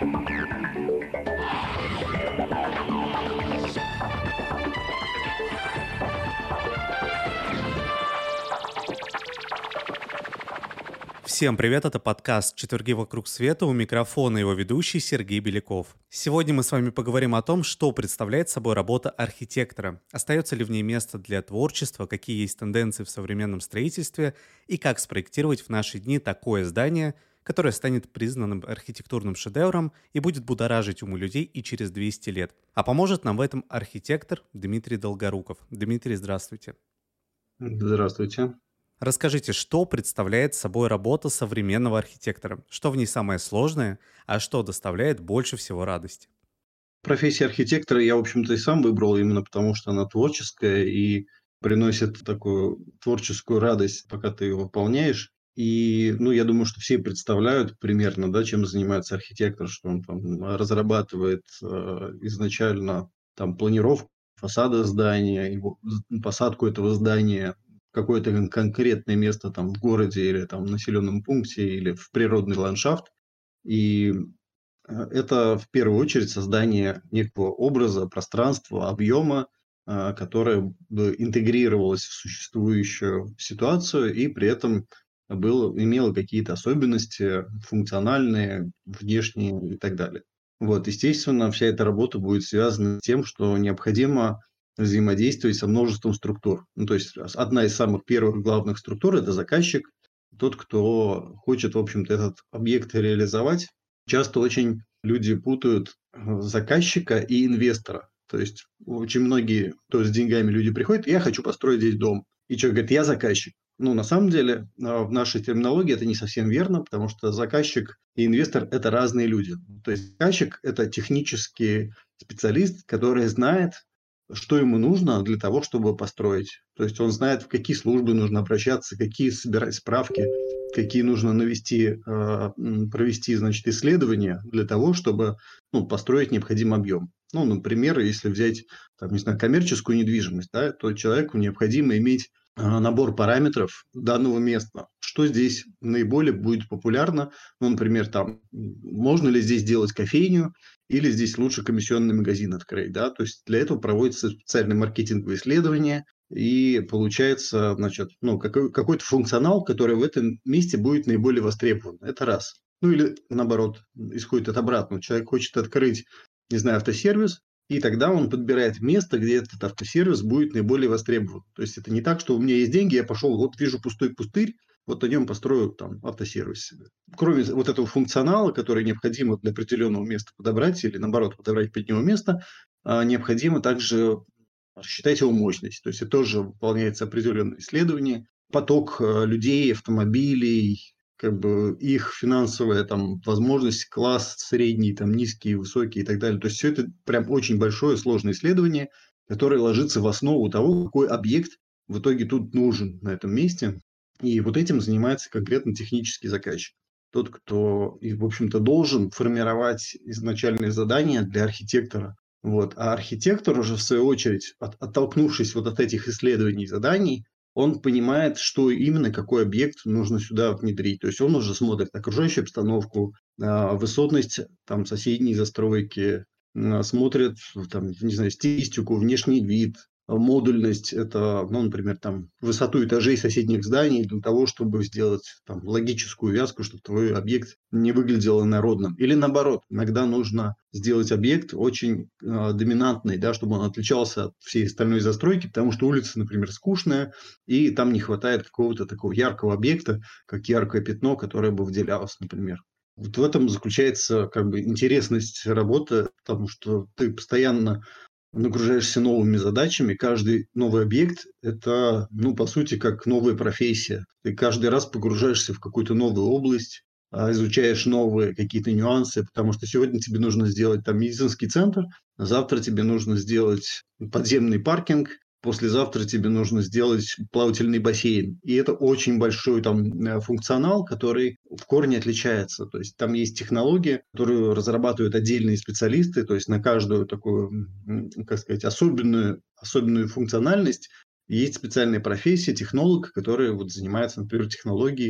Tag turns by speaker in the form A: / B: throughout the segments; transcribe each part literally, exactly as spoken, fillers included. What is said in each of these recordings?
A: Всем привет, это подкаст «Четверги вокруг света», у микрофона его ведущий Сергей Беляков. Сегодня мы с вами поговорим о том, что представляет собой работа архитектора, остается ли в ней место для творчества, какие есть тенденции в современном строительстве и как спроектировать в наши дни такое здание, которое станет признанным архитектурным шедевром и будет будоражить умы людей и через двести лет. А поможет нам в этом архитектор Дмитрий Долгоруков. Дмитрий, здравствуйте.
B: Здравствуйте.
A: Расскажите, что представляет собой работа современного архитектора? Что в ней самое сложное, а что доставляет больше всего радости?
B: Профессия архитектора я, в общем-то, и сам выбрал именно потому, что она творческая и приносит такую творческую радость, пока ты ее выполняешь. И, ну, я думаю, что все представляют примерно, да, чем занимается архитектор, что он там разрабатывает э, изначально там планировку фасада здания, его, посадку этого здания, какое-то конкретное место там в городе или там в населенном пункте или в природный ландшафт. И это в первую очередь создание некого образа, пространства, объема, которое бы интегрировалось в существующую ситуацию и при этом было, имело какие-то особенности функциональные, внешние и так далее. Вот, естественно, вся эта работа будет связана с тем, что необходимо взаимодействовать со множеством структур. Ну, то есть одна из самых первых главных структур – это заказчик, тот, кто хочет, в общем-то, этот объект реализовать. Часто очень люди путают заказчика и инвестора. То есть очень многие, то с деньгами люди приходят, я хочу построить здесь дом. И человек говорит, я заказчик. Ну, на самом деле, в нашей терминологии это не совсем верно, потому что заказчик и инвестор – это разные люди. То есть заказчик – это технический специалист, который знает, что ему нужно для того, чтобы построить. То есть он знает, в какие службы нужно обращаться, какие собирать справки, какие нужно навести, провести, значит, исследования для того, чтобы, ну, построить необходимый объем. Ну, например, если взять, там, не знаю, коммерческую недвижимость, да, то человеку необходимо иметь набор параметров данного места. Что здесь наиболее будет популярно? Ну, например, там, можно ли здесь делать кофейню, или здесь лучше комиссионный магазин открыть, да? То есть для этого проводятся специальные маркетинговые исследования, и получается, значит, ну, какой, какой-то функционал, который в этом месте будет наиболее востребован. Это раз. Ну, или наоборот, исходит от обратного. Человек хочет открыть, не знаю, автосервис, и тогда он подбирает место, где этот автосервис будет наиболее востребован. То есть это не так, что у меня есть деньги, я пошел, вот вижу пустой пустырь, вот на нем построю там автосервис. Кроме вот этого функционала, который необходимо для определенного места подобрать, или наоборот подобрать под него место, необходимо также считать его мощность. То есть это тоже выполняется определенное исследование. Поток людей, автомобилей, как бы их финансовая там возможность, класс средний, там низкий, высокий и так далее. То есть все это прям очень большое сложное исследование, которое ложится в основу того, какой объект в итоге тут нужен на этом месте. И вот этим занимается конкретно технический заказчик. Тот, кто, в общем-то, должен формировать изначальные задания для архитектора. Вот. А архитектор уже, в свою очередь, от, оттолкнувшись вот от этих исследований и заданий, он понимает, что именно, какой объект нужно сюда внедрить. То есть он уже смотрит окружающую обстановку, высотность там, соседней застройки, смотрит, там, не знаю, стилистику, внешний вид, модульность, это, ну, например, там, высоту этажей соседних зданий для того, чтобы сделать там, логическую вязку, чтобы твой объект не выглядел инородным. Или наоборот, иногда нужно сделать объект очень э, доминантный, да, чтобы он отличался от всей остальной застройки, потому что улица, например, скучная, и там не хватает какого-то такого яркого объекта, как яркое пятно, которое бы выделялось, например. Вот в этом заключается как бы интересность работы, потому что ты постоянно нагружаешься новыми задачами. Каждый новый объект – это, ну, по сути, как новая профессия. Ты каждый раз погружаешься в какую-то новую область, изучаешь новые какие-то нюансы, потому что сегодня тебе нужно сделать там медицинский центр, завтра тебе нужно сделать подземный паркинг, послезавтра тебе нужно сделать плавательный бассейн. И это очень большой там функционал, который в корне отличается. То есть там есть технологии, которую разрабатывают отдельные специалисты, то есть на каждую такую, как сказать, особенную, особенную функциональность есть специальная профессия, технолог, который вот занимается, например, технологией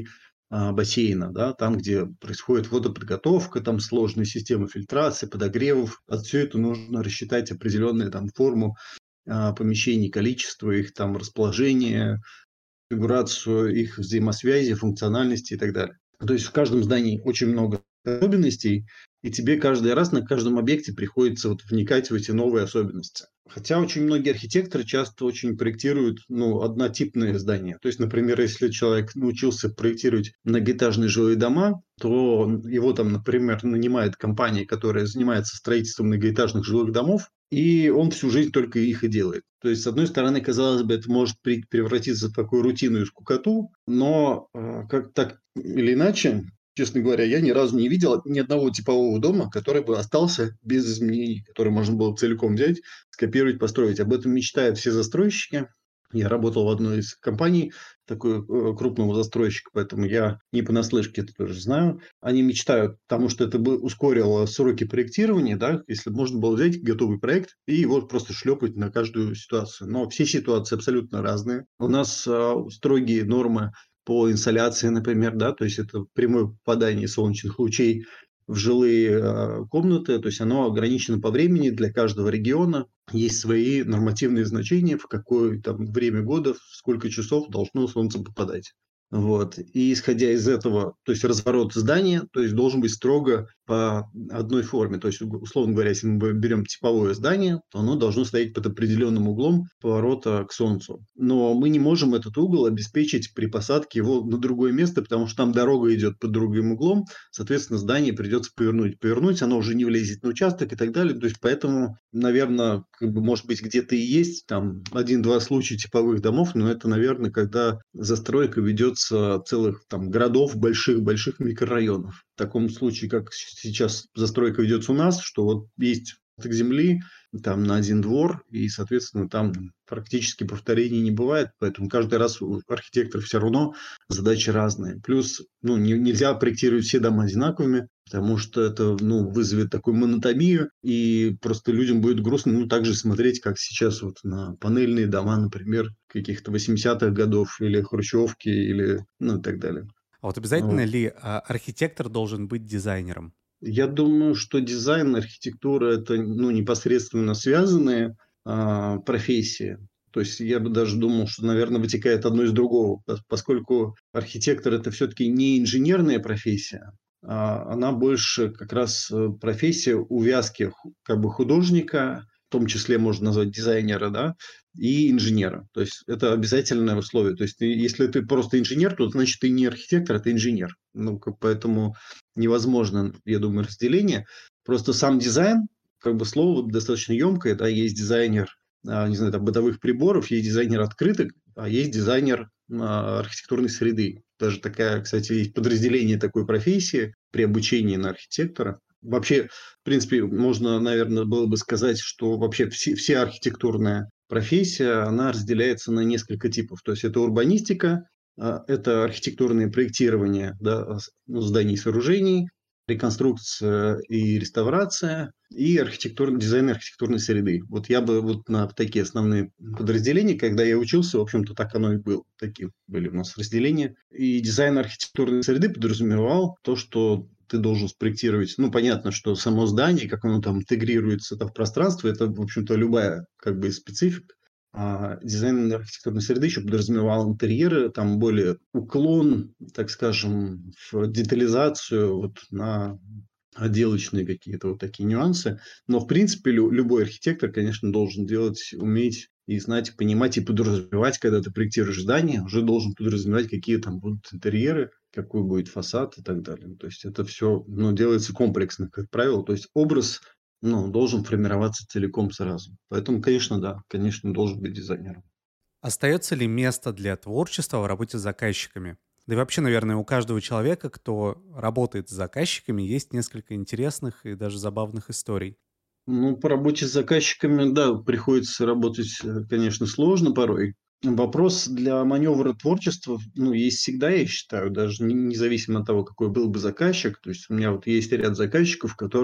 B: а, бассейна, да, там, где происходит водоподготовка, там сложные системы фильтрации, подогревов. Под все это нужно рассчитать определенную там форму а, помещений, количество их, там расположение, конфигурацию их взаимосвязи, функциональности и так далее. То есть в каждом здании очень много особенностей, и тебе каждый раз на каждом объекте приходится вот вникать в эти новые особенности. Хотя очень многие архитекторы часто очень проектируют ну, однотипные здания. То есть, например, если человек научился проектировать многоэтажные жилые дома, то его там, например, нанимает компания, которая занимается строительством многоэтажных жилых домов, и он всю жизнь только их и делает. То есть, с одной стороны, казалось бы, это может превратиться в такую рутину и скукоту, но э, как так или иначе, честно говоря, я ни разу не видел ни одного типового дома, который бы остался без изменений, который можно было целиком взять, скопировать, построить. Об этом мечтают все застройщики. Я работал в одной из компаний, такой э, крупного застройщика, поэтому я не понаслышке это тоже знаю. Они мечтают, потому что это бы ускорило сроки проектирования, да, если бы можно было взять готовый проект и его просто шлепать на каждую ситуацию. Но все ситуации абсолютно разные. У нас э, строгие нормы по инсоляции, например, да, то есть это прямое попадание солнечных лучей в жилые э, комнаты, то есть оно ограничено по времени для каждого региона. Есть свои нормативные значения, в какое там время года, в сколько часов должно солнце попадать. Вот. И исходя из этого, то есть разворот здания, то есть должен быть строго по одной форме. То есть, условно говоря, если мы берем типовое здание, то оно должно стоять под определенным углом поворота к Солнцу. Но мы не можем этот угол обеспечить при посадке его на другое место, потому что там дорога идет под другим углом, соответственно, здание придется повернуть. Повернуть оно уже не влезет на участок и так далее. То есть, поэтому, наверное, как бы, может быть, где-то и есть там один-два случая типовых домов, но это, наверное, когда застройка ведется целых там городов, больших-больших микрорайонов. В таком случае, как сейчас застройка ведется у нас, что вот есть участок земли, там на один двор, и, соответственно, там практически повторений не бывает, поэтому каждый раз у архитекторов все равно задачи разные. Плюс ну, не, нельзя проектировать все дома одинаковыми, потому что это ну, вызовет такую монотомию, и просто людям будет грустно ну, так же смотреть, как сейчас вот на панельные дома, например, каких-то восьмидесятых годов, или хрущевки, или ну и так далее.
A: А вот обязательно
B: Вот.
A: ли а, архитектор должен быть дизайнером?
B: Я думаю, что дизайн, архитектура – это ну, непосредственно связанные а, профессии. То есть я бы даже думал, что, наверное, вытекает одно из другого, поскольку архитектор – это все-таки не инженерная профессия, а она больше как раз э, профессия увязки как бы художника, в том числе можно назвать дизайнера, да, и инженера. То есть это обязательное условие. То есть ты, если ты просто инженер, то значит ты не архитектор, а ты инженер. Ну, как, поэтому невозможно, я думаю, разделение. Просто сам дизайн, как бы слово достаточно емкое, да, есть дизайнер, а, не знаю, там, бытовых приборов, есть дизайнер открыток, а есть дизайнер а, архитектурной среды. Даже такая, кстати, есть подразделение такой профессии при обучении на архитектора. Вообще, в принципе, можно, наверное, было бы сказать, что вообще все, вся архитектурная профессия, она разделяется на несколько типов. То есть это урбанистика, а, это архитектурное проектирование, да, ну, зданий и сооружений, реконструкция и реставрация, и архитектурный дизайн архитектурной среды. Вот я бы вот на такие основные подразделения, когда я учился, в общем-то, так оно и было. Такие были у нас разделения. И дизайн архитектурной среды подразумевал то, что ты должен спроектировать. Ну, понятно, что само здание, как оно там интегрируется там, в пространство, это, в общем-то, любая как бы специфика. А дизайн архитектурной среды еще подразумевал интерьеры, там более уклон, так скажем, в детализацию вот на отделочные какие-то вот такие нюансы. Но, в принципе, лю- любой архитектор, конечно, должен делать, уметь и знать, понимать и подразумевать, когда ты проектируешь здание, уже должен подразумевать, какие там будут интерьеры, какой будет фасад и так далее. То есть это все ну, делается комплексно, как правило. То есть образ ну, должен формироваться целиком сразу. Поэтому, конечно, да, конечно, должен быть дизайнером.
A: Остается ли место для творчества в работе с заказчиками? Да и вообще, наверное, у каждого человека, кто работает с заказчиками, есть несколько интересных и даже забавных историй.
B: Ну, по работе с заказчиками, да, приходится работать, э, конечно, сложно порой. Вопрос для маневра творчества, ну, есть всегда, я считаю, даже не- независимо от того, какой был бы заказчик. То есть у меня вот есть ряд заказчиков, которые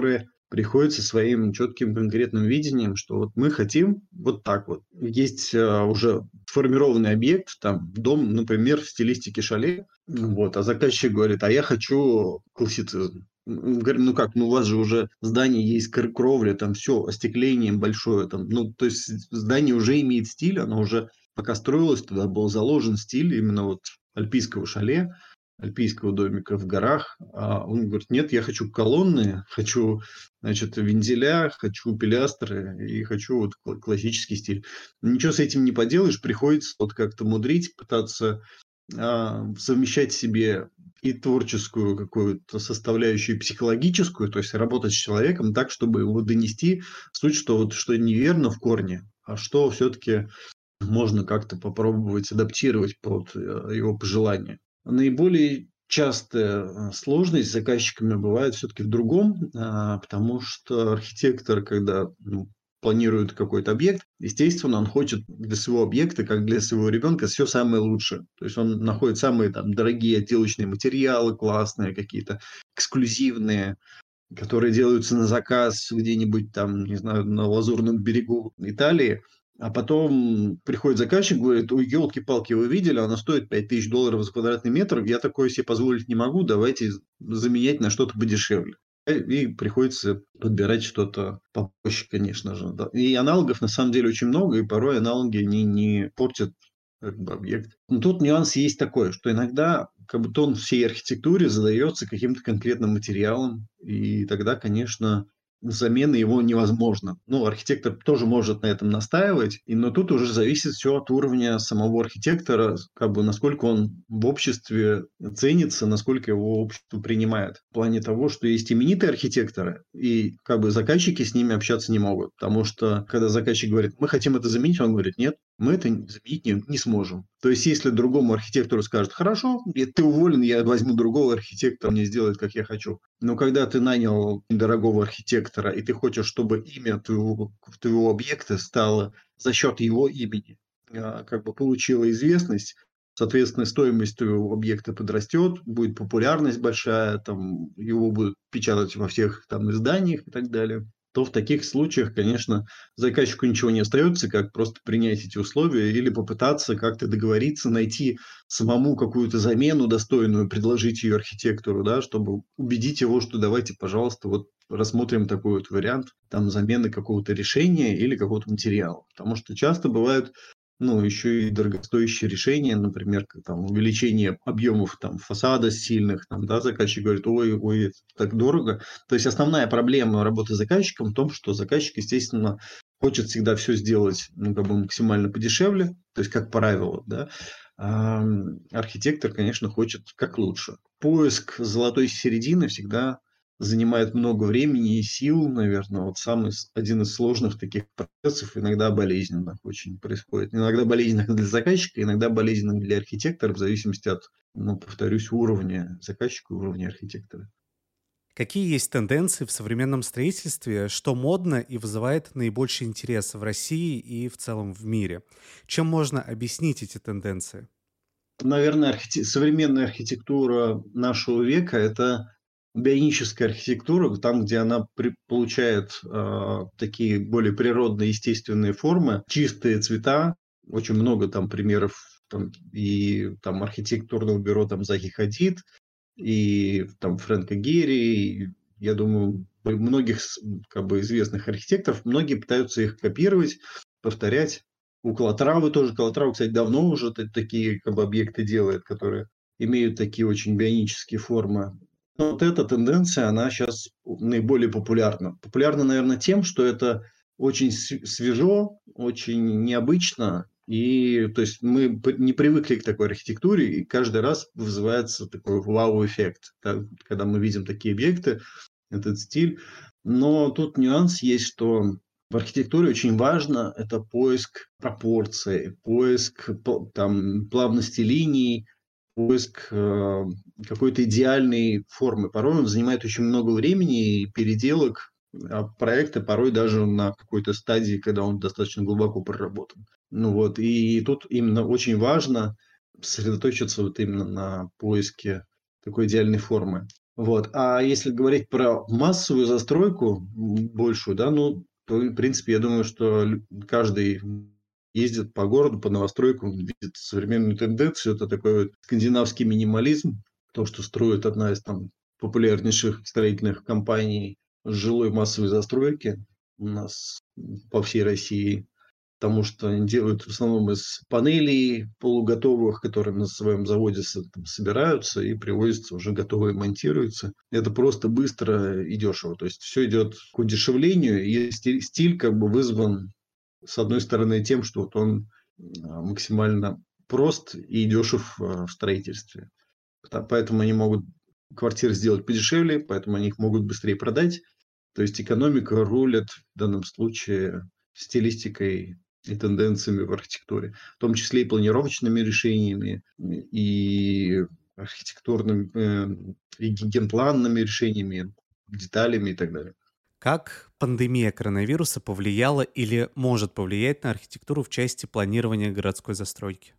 B: приходит со своим четким конкретным видением, что вот мы хотим вот так вот. Есть а, уже сформированный объект, там дом, например, в стилистике шале, вот, а заказчик говорит, а я хочу классицизм. Мы говорим, ну как, ну у вас же уже здание есть, кр- кровля, там все, остекление большое, там, ну то есть здание уже имеет стиль, оно уже пока строилось, туда был заложен стиль именно вот альпийского шале, альпийского домика в горах. А он говорит, нет, я хочу колонны, хочу, значит, вензеля, хочу пилястры и хочу вот кла- классический стиль. Ничего с этим не поделаешь, приходится вот как-то мудрить, пытаться а, совмещать в себе и творческую какую-то составляющую, и психологическую, то есть работать с человеком так, чтобы его донести суть, что вот что неверно в корне, а что все-таки можно как-то попробовать адаптировать под э, его пожелания. Наиболее частая э, сложность с заказчиками бывает все-таки в другом, а, потому что архитектор, когда ну, планирует какой-то объект, естественно, он хочет для своего объекта, как для своего ребенка, все самое лучшее. То есть он находит самые там, дорогие отделочные материалы, классные какие-то, эксклюзивные, которые делаются на заказ где-нибудь там, не знаю, на Лазурном берегу Италии, а потом приходит заказчик, говорит, ой, елки-палки, вы видели, она стоит пять тысяч долларов за квадратный метр, я такое себе позволить не могу, давайте заменять на что-то подешевле. И приходится подбирать что-то попроще, конечно же. Да. И аналогов на самом деле очень много, и порой аналоги не, не портят как бы, объект. Но тут нюанс есть такой, что иногда как бы тон всей архитектуре задается каким-то конкретным материалом, и тогда, конечно, замена его невозможна. Ну, архитектор тоже может на этом настаивать, и, но тут уже зависит все от уровня самого архитектора, как бы насколько он в обществе ценится, насколько его общество принимает. В плане того, что есть именитые архитекторы, и как бы заказчики с ними общаться не могут, потому что когда заказчик говорит, мы хотим это заменить, он говорит, нет, мы это заменить не, не сможем. То есть, если другому архитектору скажут, хорошо, ты уволен, я возьму другого архитектора, мне сделает, как я хочу. Но когда ты нанял дорогого архитектора, и ты хочешь, чтобы имя твоего, твоего объекта стало за счет его имени, а, как бы получило известность, соответственно, стоимость твоего объекта подрастет, будет популярность большая, там, его будут печатать во всех там, изданиях и так далее, то в таких случаях, конечно, заказчику ничего не остается, как просто принять эти условия или попытаться как-то договориться, найти самому какую-то замену достойную, предложить ее архитектору, да, чтобы убедить его, что давайте, пожалуйста, вот рассмотрим такой вот вариант там замены какого-то решения или какого-то материала. Потому что часто бывают ну, еще и дорогостоящие решения, например, как там увеличение объемов там, фасада сильных, там, да, заказчик говорит, ой, ой, это так дорого. То есть основная проблема работы с заказчиком в том, что заказчик, естественно, хочет всегда все сделать ну, как бы максимально подешевле, то есть как правило, да. А архитектор, конечно, хочет как лучше. Поиск золотой середины всегда занимает много времени и сил, наверное. Вот самый один из сложных таких процессов, иногда болезненных очень происходит. Иногда болезненных для заказчика, иногда болезненных для архитектора, в зависимости от, ну, повторюсь, уровня заказчика и уровня архитектора.
A: Какие есть тенденции в современном строительстве, что модно и вызывает наибольший интерес в России и в целом в мире? Чем можно объяснить эти тенденции?
B: Наверное, архите- современная архитектура нашего века – это бионическая архитектура, там, где она при- получает э, такие более природные, естественные формы, чистые цвета. Очень много там примеров там, и там архитектурного бюро там Захи Хадид, и там Фрэнка Герри, и, я думаю, многих с- как бы известных архитекторов, многие пытаются их копировать, повторять. У Калатравы тоже. Калатрава, кстати, давно уже та- такие как бы, объекты делает, которые имеют такие очень бионические формы. Но вот эта тенденция, она сейчас наиболее популярна. Популярна, наверное, тем, что это очень св- свежо, очень необычно, и то есть мы п- не привыкли к такой архитектуре, и каждый раз вызывается такой вау-эффект, да, когда мы видим такие объекты, этот стиль. Но тут нюанс есть, что в архитектуре очень важно это поиск пропорций, поиск п- там, плавности линий, поиск э, какой-то идеальной формы. Порой он занимает очень много времени и переделок, а проекты порой даже на какой-то стадии, когда он достаточно глубоко проработан. Ну вот, и тут именно очень важно сосредоточиться вот именно на поиске такой идеальной формы. Вот. А если говорить про массовую застройку, м, большую, да, ну, то, в принципе, я думаю, что лю каждый ездит по городу, по новостройкам, видит современную тенденцию. Это такой вот скандинавский минимализм. То, что строит одна из там популярнейших строительных компаний жилой массовой застройки у нас по всей России. Потому что они делают в основном из панелей полуготовых, которые на своем заводе с там собираются и привозятся уже готовые, монтируются. Это просто быстро и дешево. То есть все идет к удешевлению, и стиль стиль как бы вызван, с одной стороны, тем, что вот он, а, максимально прост и дешев, а, в строительстве. Пта поэтому они могут квартиры сделать подешевле, поэтому они их могут быстрее продать. То есть экономика рулит в данном случае стилистикой и тенденциями в архитектуре, в том числе и планировочными решениями, и архитектурными, э, и генпланными решениями, деталями и так далее.
A: Как пандемия коронавируса повлияла или может повлиять на архитектуру в части планирования городской застройки?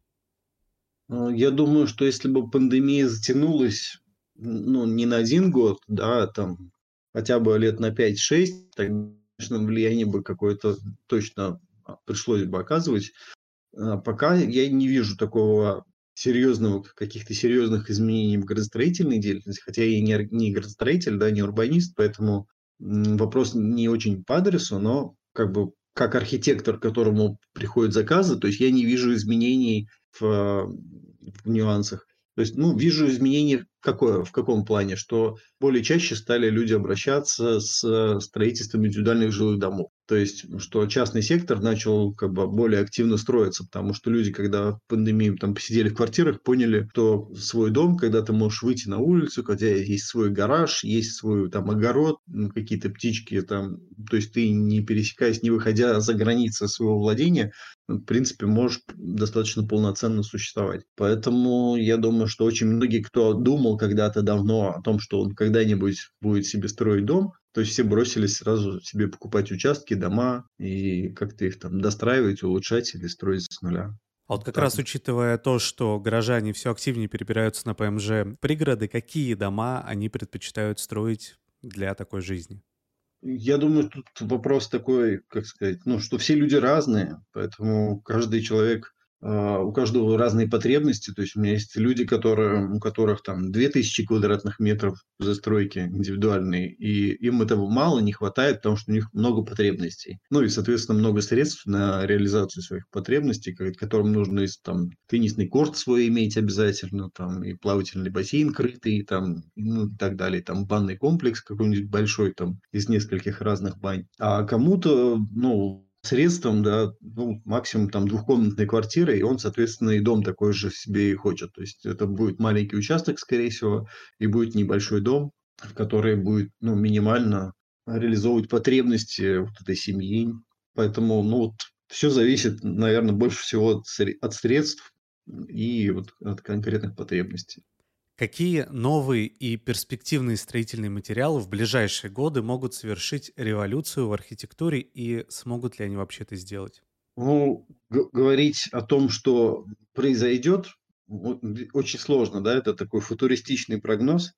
B: А, я думаю, что если бы пандемия затянулась, н ну, не на один год, да, а там хотя бы лет на пять-шесть, конечно, влияние бы какое-то точно, а, пришлось бы оказывать. А, пока я не вижу такого серьезного, каких-то серьезных изменений в градостроительной деятельности, хотя я и не ар не градостроитель, да, не урбанист, поэтому, м, вопрос не очень по адресу, но как бы как архитектор, к которому приходят заказы, то есть я не вижу изменений в, а, в нюансах. То есть, ну, вижу изменения какое, в каком плане, что более чаще стали люди обращаться с, э, строительством индивидуальных жилых домов. То есть, что частный сектор начал как бы более активно строиться, потому что люди, когда в пандемию там посидели в квартирах, поняли, что свой дом, когда ты можешь выйти на улицу, когда есть свой гараж, есть свой там огород, м, какие-то птички там, то есть ты не пересекаясь, не выходя за границы своего владения, в принципе, можешь достаточно полноценно существовать. Поэтому я думаю, что очень многие, кто думал когда-то давно о том, что он когда-нибудь будет себе строить дом, то есть все бросились сразу себе покупать участки, дома и как-то их там достраивать, улучшать или строить с нуля.
A: А вот
B: Вот
A: как
B: так
A: раз
B: вот.
A: учитывая то, что горожане все активнее перебираются на П М Ж пригороды, какие дома они предпочитают строить для такой жизни?
B: Я думаю, тут вопрос такой, как сказать, ну, что все люди разные, поэтому каждый человек, а, у каждого разные потребности. То есть у меня есть люди, которые, у которых там две тысячи квадратных метров застройки индивидуальной, и им этого мало, не хватает, потому что у них много потребностей. Ну и, соответственно, много средств на реализацию своих потребностей, ко- которым нужно из, там, теннисный корт свой иметь обязательно, там, и плавательный бассейн крытый, там, ну, и так далее, там, банный комплекс какой-нибудь большой, там, из нескольких разных бань. А кому-то, ну, средством, да, ну, максимум там двухкомнатной квартиры, и он, соответственно, и дом такой же себе и хочет. То есть это будет маленький участок, скорее всего, и будет небольшой дом, в который будет, ну, минимально реализовывать потребности вот этой семьи. Поэтому, ну, вот все зависит, наверное, больше всего от сре от средств и вот от конкретных потребностей.
A: Какие новые и перспективные строительные материалы в ближайшие годы могут совершить революцию в архитектуре и смогут ли они вообще это сделать?
B: Ну, г говорить о том, что произойдет, вот, д очень сложно, да, это такой футуристичный прогноз.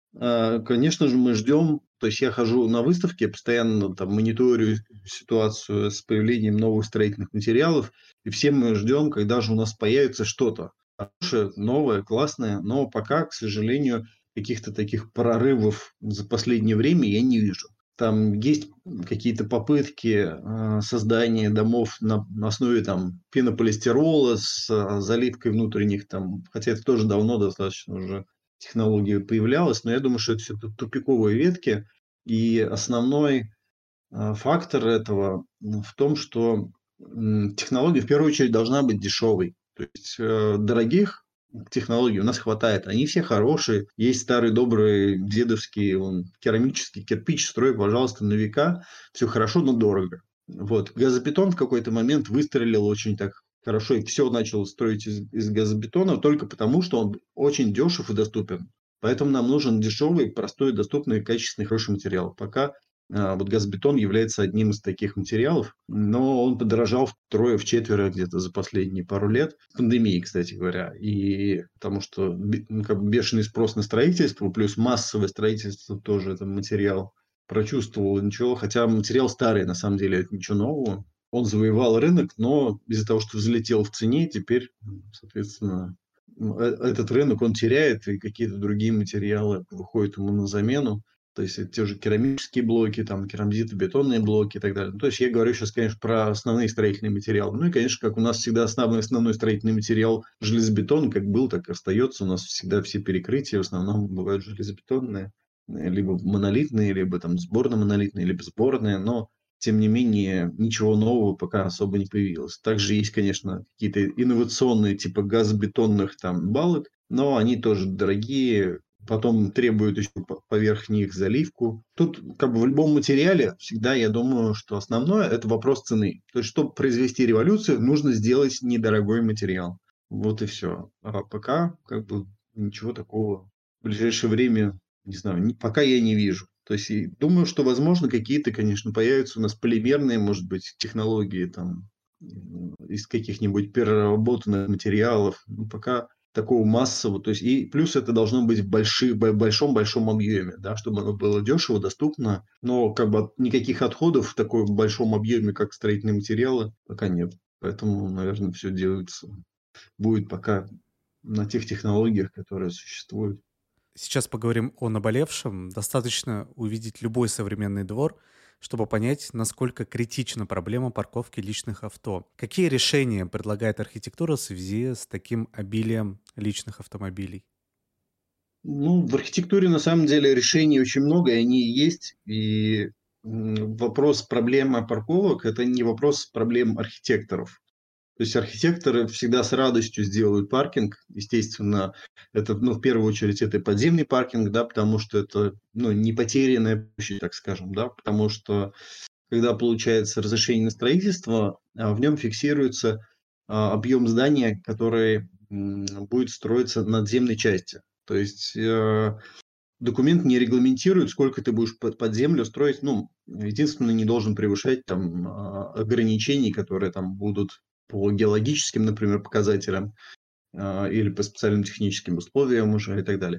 B: А, конечно же, мы ждем, то есть я хожу на выставки, постоянно там мониторю ситуацию с появлением новых строительных материалов, и все мы ждем, когда же у нас появится что-то хорошее, новое, классное, но пока, к сожалению, каких-то таких прорывов за последнее время я не вижу. Там есть какие-то попытки а, создания домов на, на основе там пенополистирола с а, заливкой внутренних там, хотя это тоже давно достаточно уже технология появлялась, но я думаю, что это все тупиковые ветки. И основной, а, фактор этого, м, в том, что, м, технология в первую очередь должна быть дешевой. То есть, э, дорогих технологий у нас хватает. Они все хорошие. Есть старый добрый дедовский он керамический кирпич, строй, пожалуйста, на века. Все хорошо, но дорого. Вот. Газобетон в какой-то момент выстрелил очень так хорошо, и все начало строить из из газобетона только потому, что он очень дешев и доступен. Поэтому нам нужен дешевый, простой, доступный, качественный, хороший материал. Пока А, вот газобетон является одним из таких материалов, но он подорожал втрое, вчетверо где-то за последние пару лет. Пандемии, кстати говоря. И потому что бе- ну, как бы бешеный спрос на строительство, плюс массовое строительство тоже этот материал прочувствовал ничего. Хотя материал старый, на самом деле, это ничего нового. Он завоевал рынок, но из-за того, что взлетел в цене, теперь, соответственно, м, э- этот рынок он теряет, и какие-то другие материалы выходят ему на замену. То есть это те же керамические блоки, там, керамзитобетонные блоки и так далее. Ну, то есть я говорю сейчас, конечно, про основные строительные материалы. Ну и, конечно, как у нас всегда основной, основной строительный материал железобетон, как был, так и остается. У нас всегда все перекрытия в основном бывают железобетонные, э, либо монолитные, либо там сборно-монолитные, либо сборные, но тем не менее, ничего нового пока особо не появилось. Также есть, конечно, какие-то инновационные типа газобетонных там балок, но они тоже дорогие, потом требуют еще поверх них заливку. Тут как бы в любом материале всегда я думаю, что основное это вопрос цены. То есть, чтобы произвести революцию, нужно сделать недорогой материал. Вот и все. А пока как бы ничего такого в ближайшее время, не знаю, не- пока я не вижу. То есть, и думаю, что, возможно, какие-то, конечно, появятся у нас полимерные, может быть, технологии там м, из каких-нибудь переработанных материалов. Ну, пока такого массового, то есть и плюс это должно быть в больших, большом-большом объеме, да, чтобы оно было дешево, доступно, но как бы никаких отходов в такой большом объеме, как строительные материалы, пока нет. Поэтому, наверное, все делается, будет пока на тех технологиях, которые существуют.
A: Сейчас поговорим о наболевшем. Достаточно увидеть любой современный двор, чтобы понять, насколько критична проблема парковки личных авто. Какие решения предлагает архитектура в связи с таким обилием личных автомобилей?
B: Ну, в архитектуре на самом деле решений очень много, и они есть. И м, вопрос проблемы парковок – это не вопрос проблем архитекторов. То есть архитекторы всегда с радостью сделают паркинг. Естественно, это, ну, в первую очередь, это подземный паркинг, да, потому что это, ну, не потерянная площадь, так скажем, да, потому что когда получается разрешение на строительство, а, в нем фиксируется а, объем здания, который м, будет строиться в надземной части. То есть э, документ не регламентирует, сколько ты будешь под, под землю строить. Ну, единственное, не должен превышать там а, ограничений, которые там будут по геологическим, например, показателям а, или по специальным техническим условиям уже и так далее.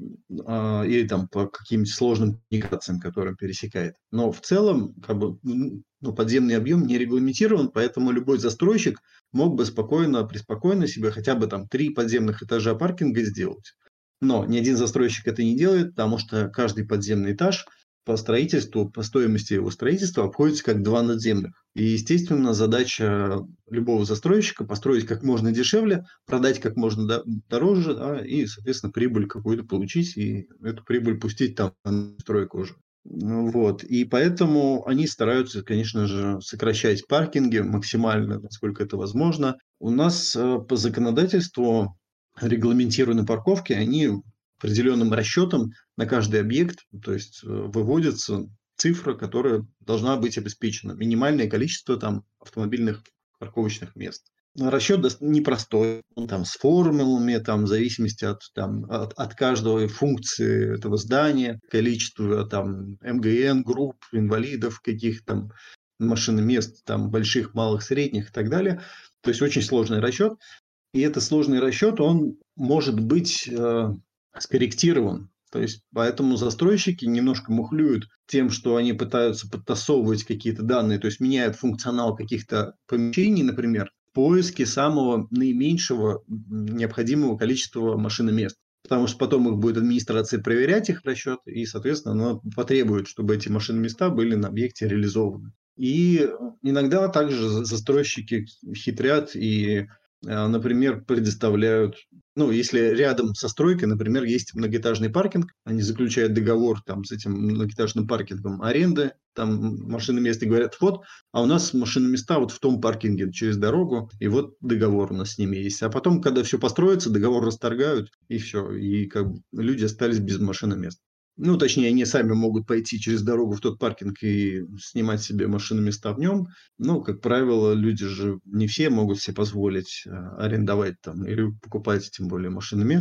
B: А, или там по каким-то сложным коммуникациям, которые он пересекает. Но в целом как бы, м, ну, подземный объем не регламентирован, поэтому любой застройщик мог бы спокойно, преспокойно себе хотя бы там три подземных этажа паркинга сделать. Но ни один застройщик это не делает, потому что каждый подземный этаж по строительству, по стоимости его строительства обходится как два надземных. И, естественно, задача любого застройщика построить как можно дешевле, продать как можно до- дороже, да, и, соответственно, прибыль какую-то получить, и эту прибыль пустить там на стройку уже. Ну вот. И поэтому они стараются, конечно же, сокращать паркинги максимально, насколько это возможно. У нас э, по законодательству регламентированы парковки, они определенным расчетом на каждый объект, то есть э, выводится цифра, которая должна быть обеспечена. Минимальное количество там автомобильных парковочных мест. Расчет непростой, он там с формулами, там, в зависимости от, там, от, от каждой функции этого здания, количества там эм гэ эн, групп, инвалидов, каких там машиномест, там, больших, малых, средних и так далее. То есть очень сложный расчет. И этот сложный расчет, он может быть э, скорректирован. То есть, поэтому застройщики немножко мухлюют тем, что они пытаются подтасовывать какие-то данные, то есть меняют функционал каких-то помещений, например, в поиске самого наименьшего необходимого количества машиномест. Потому что потом их будет администрация проверять, их расчет, и, соответственно, она потребует, чтобы эти машиноместа были на объекте реализованы. И иногда также застройщики хитрят и, например, предоставляют, ну, если рядом со стройкой, например, есть многоэтажный паркинг, они заключают договор там с этим многоэтажным паркингом аренды, там машиноместо говорят, вот, а у нас машиноместа вот в том паркинге через дорогу, и вот договор у нас с ними есть. А потом, когда все построится, договор расторгают, и все, и как бы люди остались без машиномест. Ну, точнее, они сами могут пойти через дорогу в тот паркинг и снимать себе машиноместа в нем. Но, как правило, люди же не все могут себе позволить э, арендовать там или покупать, тем более, машиноместо.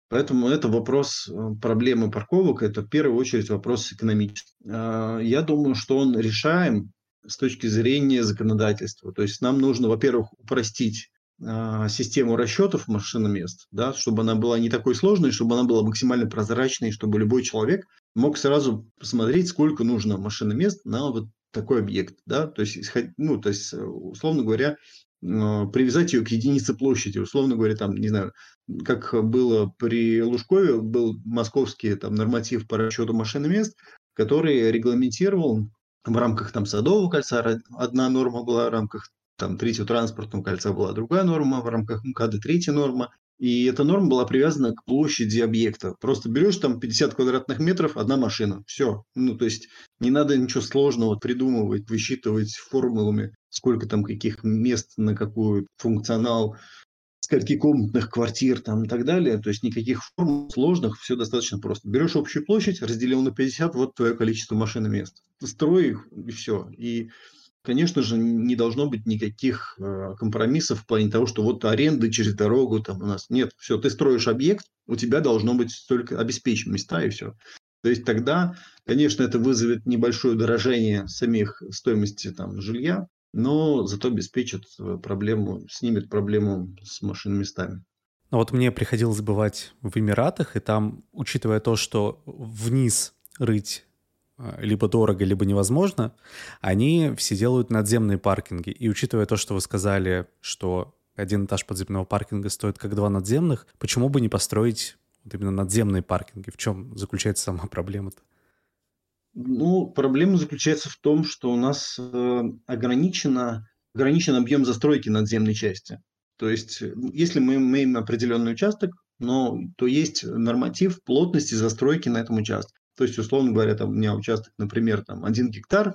B: Поэтому это вопрос э, проблемы парковок, это в первую очередь вопрос экономический. А, Я думаю, что он решаем с точки зрения законодательства. То есть нам нужно, во-первых, упростить а, систему расчетов машиномест, да, чтобы она была не такой сложной, чтобы она была максимально прозрачной, чтобы любой человек мог сразу посмотреть, сколько нужно машиномест на вот такой объект. Да? То есть, исход- ну, то есть, э, условно говоря, э, привязать ее к единице площади. Условно говоря, там, не знаю, как было при Лужкове, был московский там, норматив по расчету машиномест, который регламентировал в рамках там, Садового кольца одна норма была, в рамках там, третьего транспортного кольца была другая норма, в рамках МКАДа третья норма. И эта норма была привязана к площади объекта. Просто берешь там пятьдесят квадратных метров, одна машина. Все. Ну, то есть не надо ничего сложного придумывать, высчитывать формулами, сколько там каких мест на какой функционал, скольки комнатных квартир там и так далее. То есть никаких формул сложных, все достаточно просто. Берешь общую площадь, разделил на пятьдесят, вот твое количество машин и мест. Строй их, и все. И, конечно же, не должно быть никаких э, компромиссов в плане того, что вот аренды через дорогу там у нас. Нет, все, ты строишь объект, у тебя должно быть только обеспечены места и все. То есть тогда, конечно, это вызовет небольшое дорожение самих стоимости там, жилья, но зато обеспечит э, проблему, снимет проблему с машиноместами.
A: Но вот мне приходилось бывать в Эмиратах, и там, учитывая то, что вниз рыть э, либо дорого, либо невозможно, они все делают надземные паркинги. И учитывая то, что вы сказали, что один этаж подземного паркинга стоит как два надземных, почему бы не построить вот именно надземные паркинги? В чем заключается сама проблема-то?
B: Ну, проблема заключается в том, что у нас э, ограничено, ограничен объем застройки надземной части. То есть, э, если мы имеем определенный участок, но, то есть норматив плотности застройки на этом участке. То есть, условно говоря, там у меня участок, например, там один гектар,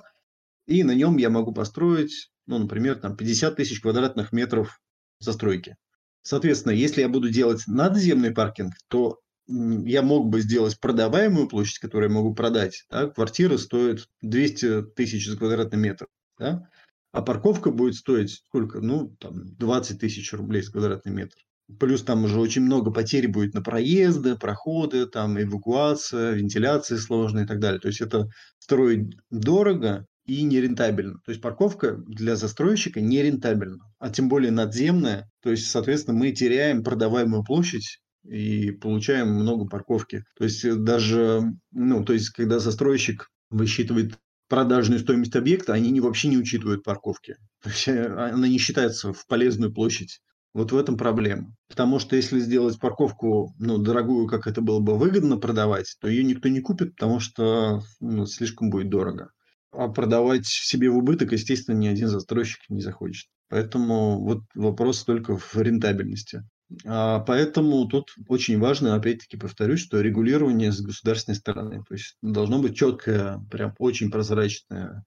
B: и на нем я могу построить, ну, например, там пятьдесят тысяч квадратных метров застройки. Соответственно, если я буду делать надземный паркинг, то м, я мог бы сделать продаваемую площадь, которую я могу продать. Да? Квартира стоит двести тысяч за квадратный метр. Да? А парковка будет стоить сколько? Ну, там, двадцать тысяч рублей за квадратный метр. Плюс там уже очень много потерь будет на проезды, проходы, там, эвакуация, вентиляция сложная и так далее. То есть это строить дорого и нерентабельно. То есть парковка для застройщика нерентабельна, а тем более надземная. То есть, соответственно, мы теряем продаваемую площадь и получаем много парковки. То есть э, даже, ну, то есть когда застройщик высчитывает продажную стоимость объекта, они не, вообще не учитывают парковки. То есть э, она не считается в полезную площадь. Вот в этом проблема. Потому что если сделать парковку, ну, дорогую, как это было бы выгодно продавать, то ее никто не купит, потому что ну, слишком будет дорого. А продавать себе в убыток, естественно, ни один застройщик не захочет. Поэтому вот вопрос только в рентабельности. А поэтому тут очень важно, опять-таки повторюсь, что регулирование с государственной стороны. То есть должно быть четкое, прям очень прозрачное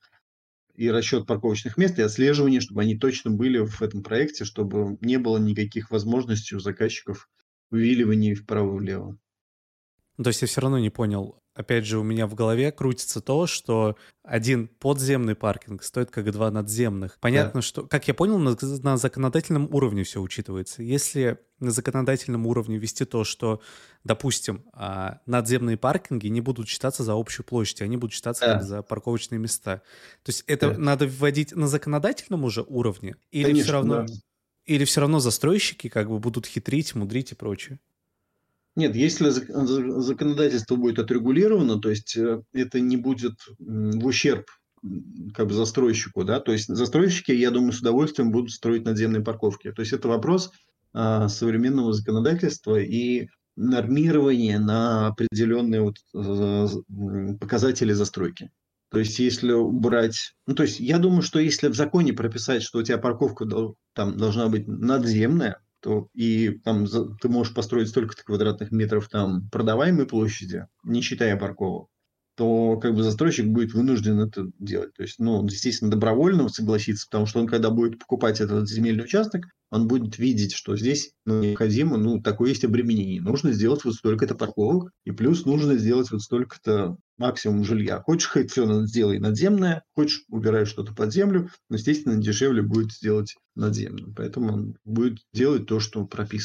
B: и расчет парковочных мест, и отслеживание, чтобы они точно были в этом проекте, чтобы не было никаких возможностей у заказчиков увиливаний вправо-влево.
A: Ну, то есть я все равно не понял. Опять же, у меня в голове крутится то, что один подземный паркинг стоит как два надземных.
B: Да.
A: Понятно, что, как я понял, на, на законодательном уровне все учитывается. Если на законодательном уровне ввести то, что, допустим, а, надземные паркинги не будут считаться за общую площадь, они будут считаться как
B: Да,
A: за парковочные места. То есть это
B: да.
A: надо вводить на законодательном уже уровне, или все
B: Конечно,
A: равно,
B: да.
A: или все равно застройщики как бы будут хитрить, мудрить и прочее?
B: Нет, если зак- за- законодательство будет отрегулировано, то есть э, это не будет м, в ущерб м, как бы застройщику, да, то есть застройщики, я думаю, с удовольствием будут строить надземные парковки. То есть это вопрос а, современного законодательства и нормирования на определенные вот, э, м, показатели застройки. То есть если убрать, ну то есть я думаю, что если в законе прописать, что у тебя парковка дол- там должна быть надземная, то и там за- ты можешь построить столько-то квадратных метров там продаваемой площади, не считая парковок, то как бы застройщик будет вынужден это делать. То есть, ну, он, естественно, добровольно согласится, потому что он, когда будет покупать этот земельный участок, он будет видеть, что здесь ну, необходимо, ну, такое есть обременение. Нужно сделать вот столько-то парковок, и плюс нужно сделать вот столько-то максимум жилья. Хочешь, хоть все сделай надземное, хочешь, убирай что-то под землю, но, естественно, дешевле будет сделать надземным. Поэтому он будет делать то, что прописано.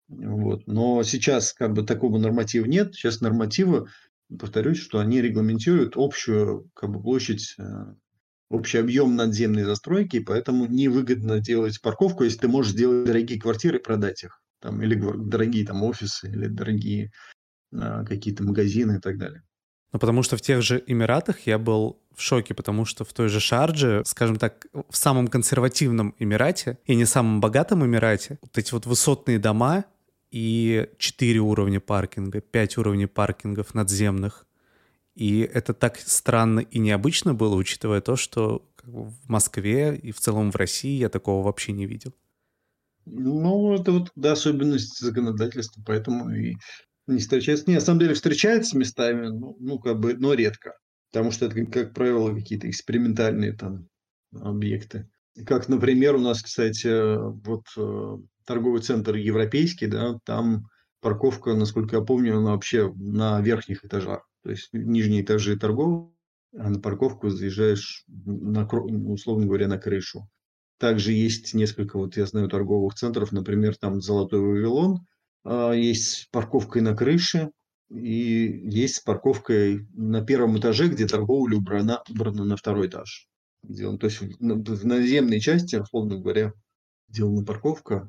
B: Вот. Но сейчас как бы такого норматива нет. Сейчас нормативы, повторюсь, что они регламентируют общую как бы площадь, э, общий объем надземной застройки, поэтому невыгодно делать парковку, если ты можешь сделать дорогие квартиры и продать их. Там, или гва- дорогие там офисы, или дорогие а, какие-то магазины и так далее.
A: Ну, потому что в тех же Эмиратах я был в шоке, потому что в той же Шардже, скажем так, в самом консервативном Эмирате и не самом богатом Эмирате, вот эти вот высотные дома и четыре уровня паркинга, пять уровней паркингов надземных. И это так странно и необычно было, учитывая то, что как бы в Москве и в целом в России я такого вообще не видел.
B: Ну, это вот да, особенность законодательства, поэтому и не встречается. Не, на самом деле встречается местами, ну, ну, как бы, но редко. Потому что это, как как правило, какие-то экспериментальные там объекты. Как, например, у нас, кстати, вот э, торговый центр европейский, да, там парковка, насколько я помню, она вообще на верхних этажах. То есть нижние этажи торговые, а на парковку заезжаешь, на, кро- условно говоря, на крышу. Также есть несколько, вот я знаю, торговых центров, например, там Золотой Вавилон, а, есть с парковкой на крыше, и есть с парковкой на первом этаже, где торговля убрана, убрана на второй этаж. Сделано. То есть в, на- в наземной части, условно говоря, сделана парковка.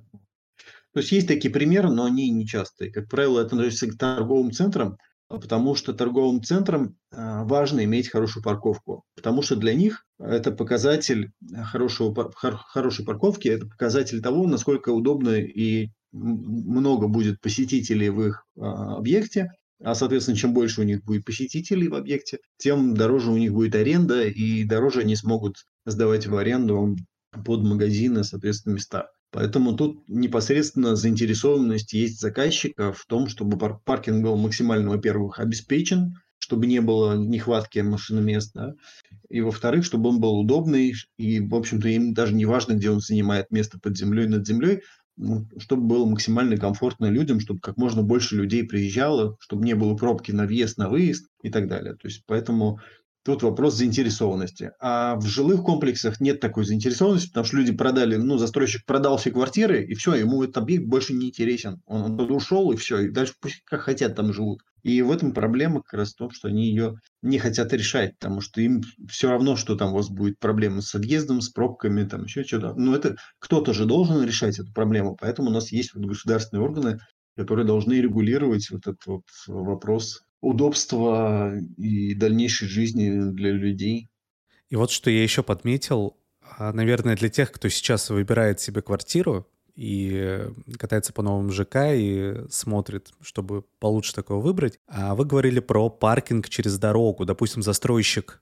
B: То есть есть такие примеры, но они нечастые. Как правило, это относится к торговым центрам, а потому что торговым центрам а, важно иметь хорошую парковку. Потому что для них это показатель хорошего, пар- хор- хорошей парковки, это показатель того, насколько удобно и м- много будет посетителей в их а, объекте. А, соответственно, чем больше у них будет посетителей в объекте, тем дороже у них будет аренда, и дороже они смогут сдавать в аренду под магазины, соответственно, места. Поэтому тут непосредственно заинтересованность есть заказчика в том, чтобы пар- паркинг был максимально, во-первых, обеспечен, чтобы не было нехватки машиномест, да, и, во-вторых, чтобы он был удобный, и, в общем-то, им даже не важно, где он занимает место под землей, над землей, ну, чтобы было максимально комфортно людям, чтобы как можно больше людей приезжало, чтобы не было пробки на въезд, на выезд и так далее. То есть, поэтому тут вопрос заинтересованности. А в жилых комплексах нет такой заинтересованности, потому что люди продали, ну, застройщик продал все квартиры, и все, ему этот объект больше не интересен. Он, он ушел, и все, и дальше пусть как хотят там живут. И в этом проблема как раз в том, что они ее не хотят решать, потому что им все равно, что там у вас будет проблема с отъездом, с пробками, там еще что-то. Но это кто-то же должен решать эту проблему, поэтому у нас есть вот государственные органы, которые должны регулировать вот этот вот вопрос удобства и дальнейшей жизни для людей.
A: И вот что я еще подметил, а, наверное, для тех, кто сейчас выбирает себе квартиру и э, катается по новым ЖК и смотрит, чтобы получше такое выбрать. А вы говорили про паркинг через дорогу. Допустим, застройщик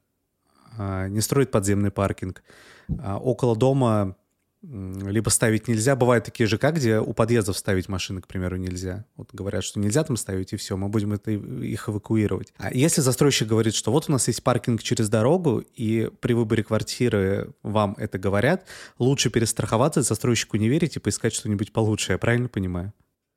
A: а, не строит подземный паркинг. А около дома м, либо ставить нельзя. Бывают такие ЖК, где у подъездов ставить машины, к примеру, нельзя. Вот говорят, что нельзя там ставить, и все, мы будем это, их эвакуировать. А если застройщик говорит, что вот у нас есть паркинг через дорогу, и при выборе квартиры вам это говорят, лучше перестраховаться, застройщику не верить и поискать что-нибудь получше, я правильно понимаю?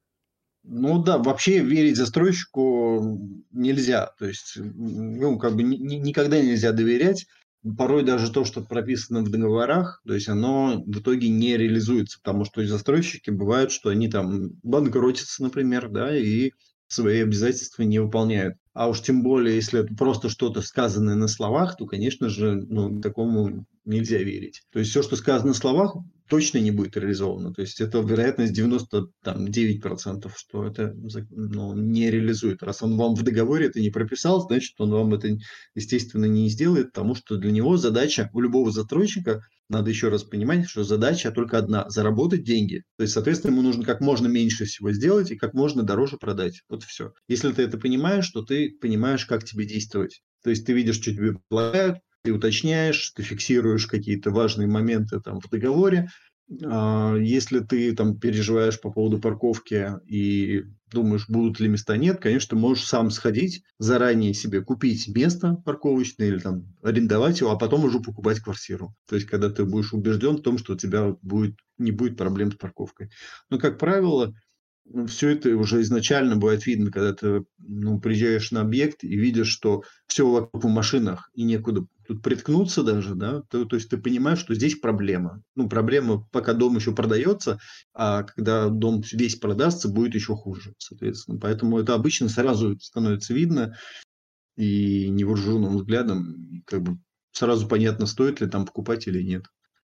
B: Ну да, вообще верить застройщику нельзя. То есть, ну, как бы ни- ни- никогда нельзя доверять. Порой даже то, что прописано в договорах, то есть оно в итоге не реализуется, потому что и застройщики бывают, что они там банкротятся, например, да, и свои обязательства не выполняют. А уж тем более, если это просто что-то сказанное на словах, то, конечно же, ну, такому нельзя верить. То есть все, что сказано на словах, точно не будет реализовано. То есть это вероятность девяносто девять процентов, что это ну, не реализует. Раз он вам в договоре это не прописал, значит, он вам это, естественно, не сделает, потому что для него задача, у любого застройщика, надо еще раз понимать, что задача только одна – заработать деньги. То есть, соответственно, ему нужно как можно меньше всего сделать и как можно дороже продать. Вот все. Если ты это понимаешь, то ты понимаешь, как тебе действовать. То есть ты видишь, что тебе предлагают, ты уточняешь, ты фиксируешь какие-то важные моменты там в договоре. А, Если ты там переживаешь по поводу парковки и думаешь, будут ли места, нет, конечно, ты можешь сам сходить, заранее себе купить место парковочное или там арендовать его, а потом уже покупать квартиру. То есть, когда ты будешь убежден в том, что у тебя будет, не будет проблем с парковкой. Но, как правило, все это уже изначально бывает видно, когда ты, ну, приезжаешь на объект и видишь, что все вокруг в машинах и некуда тут приткнуться даже, да, то, то есть ты понимаешь, что здесь проблема. Ну, проблема, пока дом еще продается, а когда дом весь продастся, будет еще хуже, соответственно. Поэтому это обычно сразу становится видно и невооруженным взглядом, как бы сразу понятно, стоит ли там покупать или нет.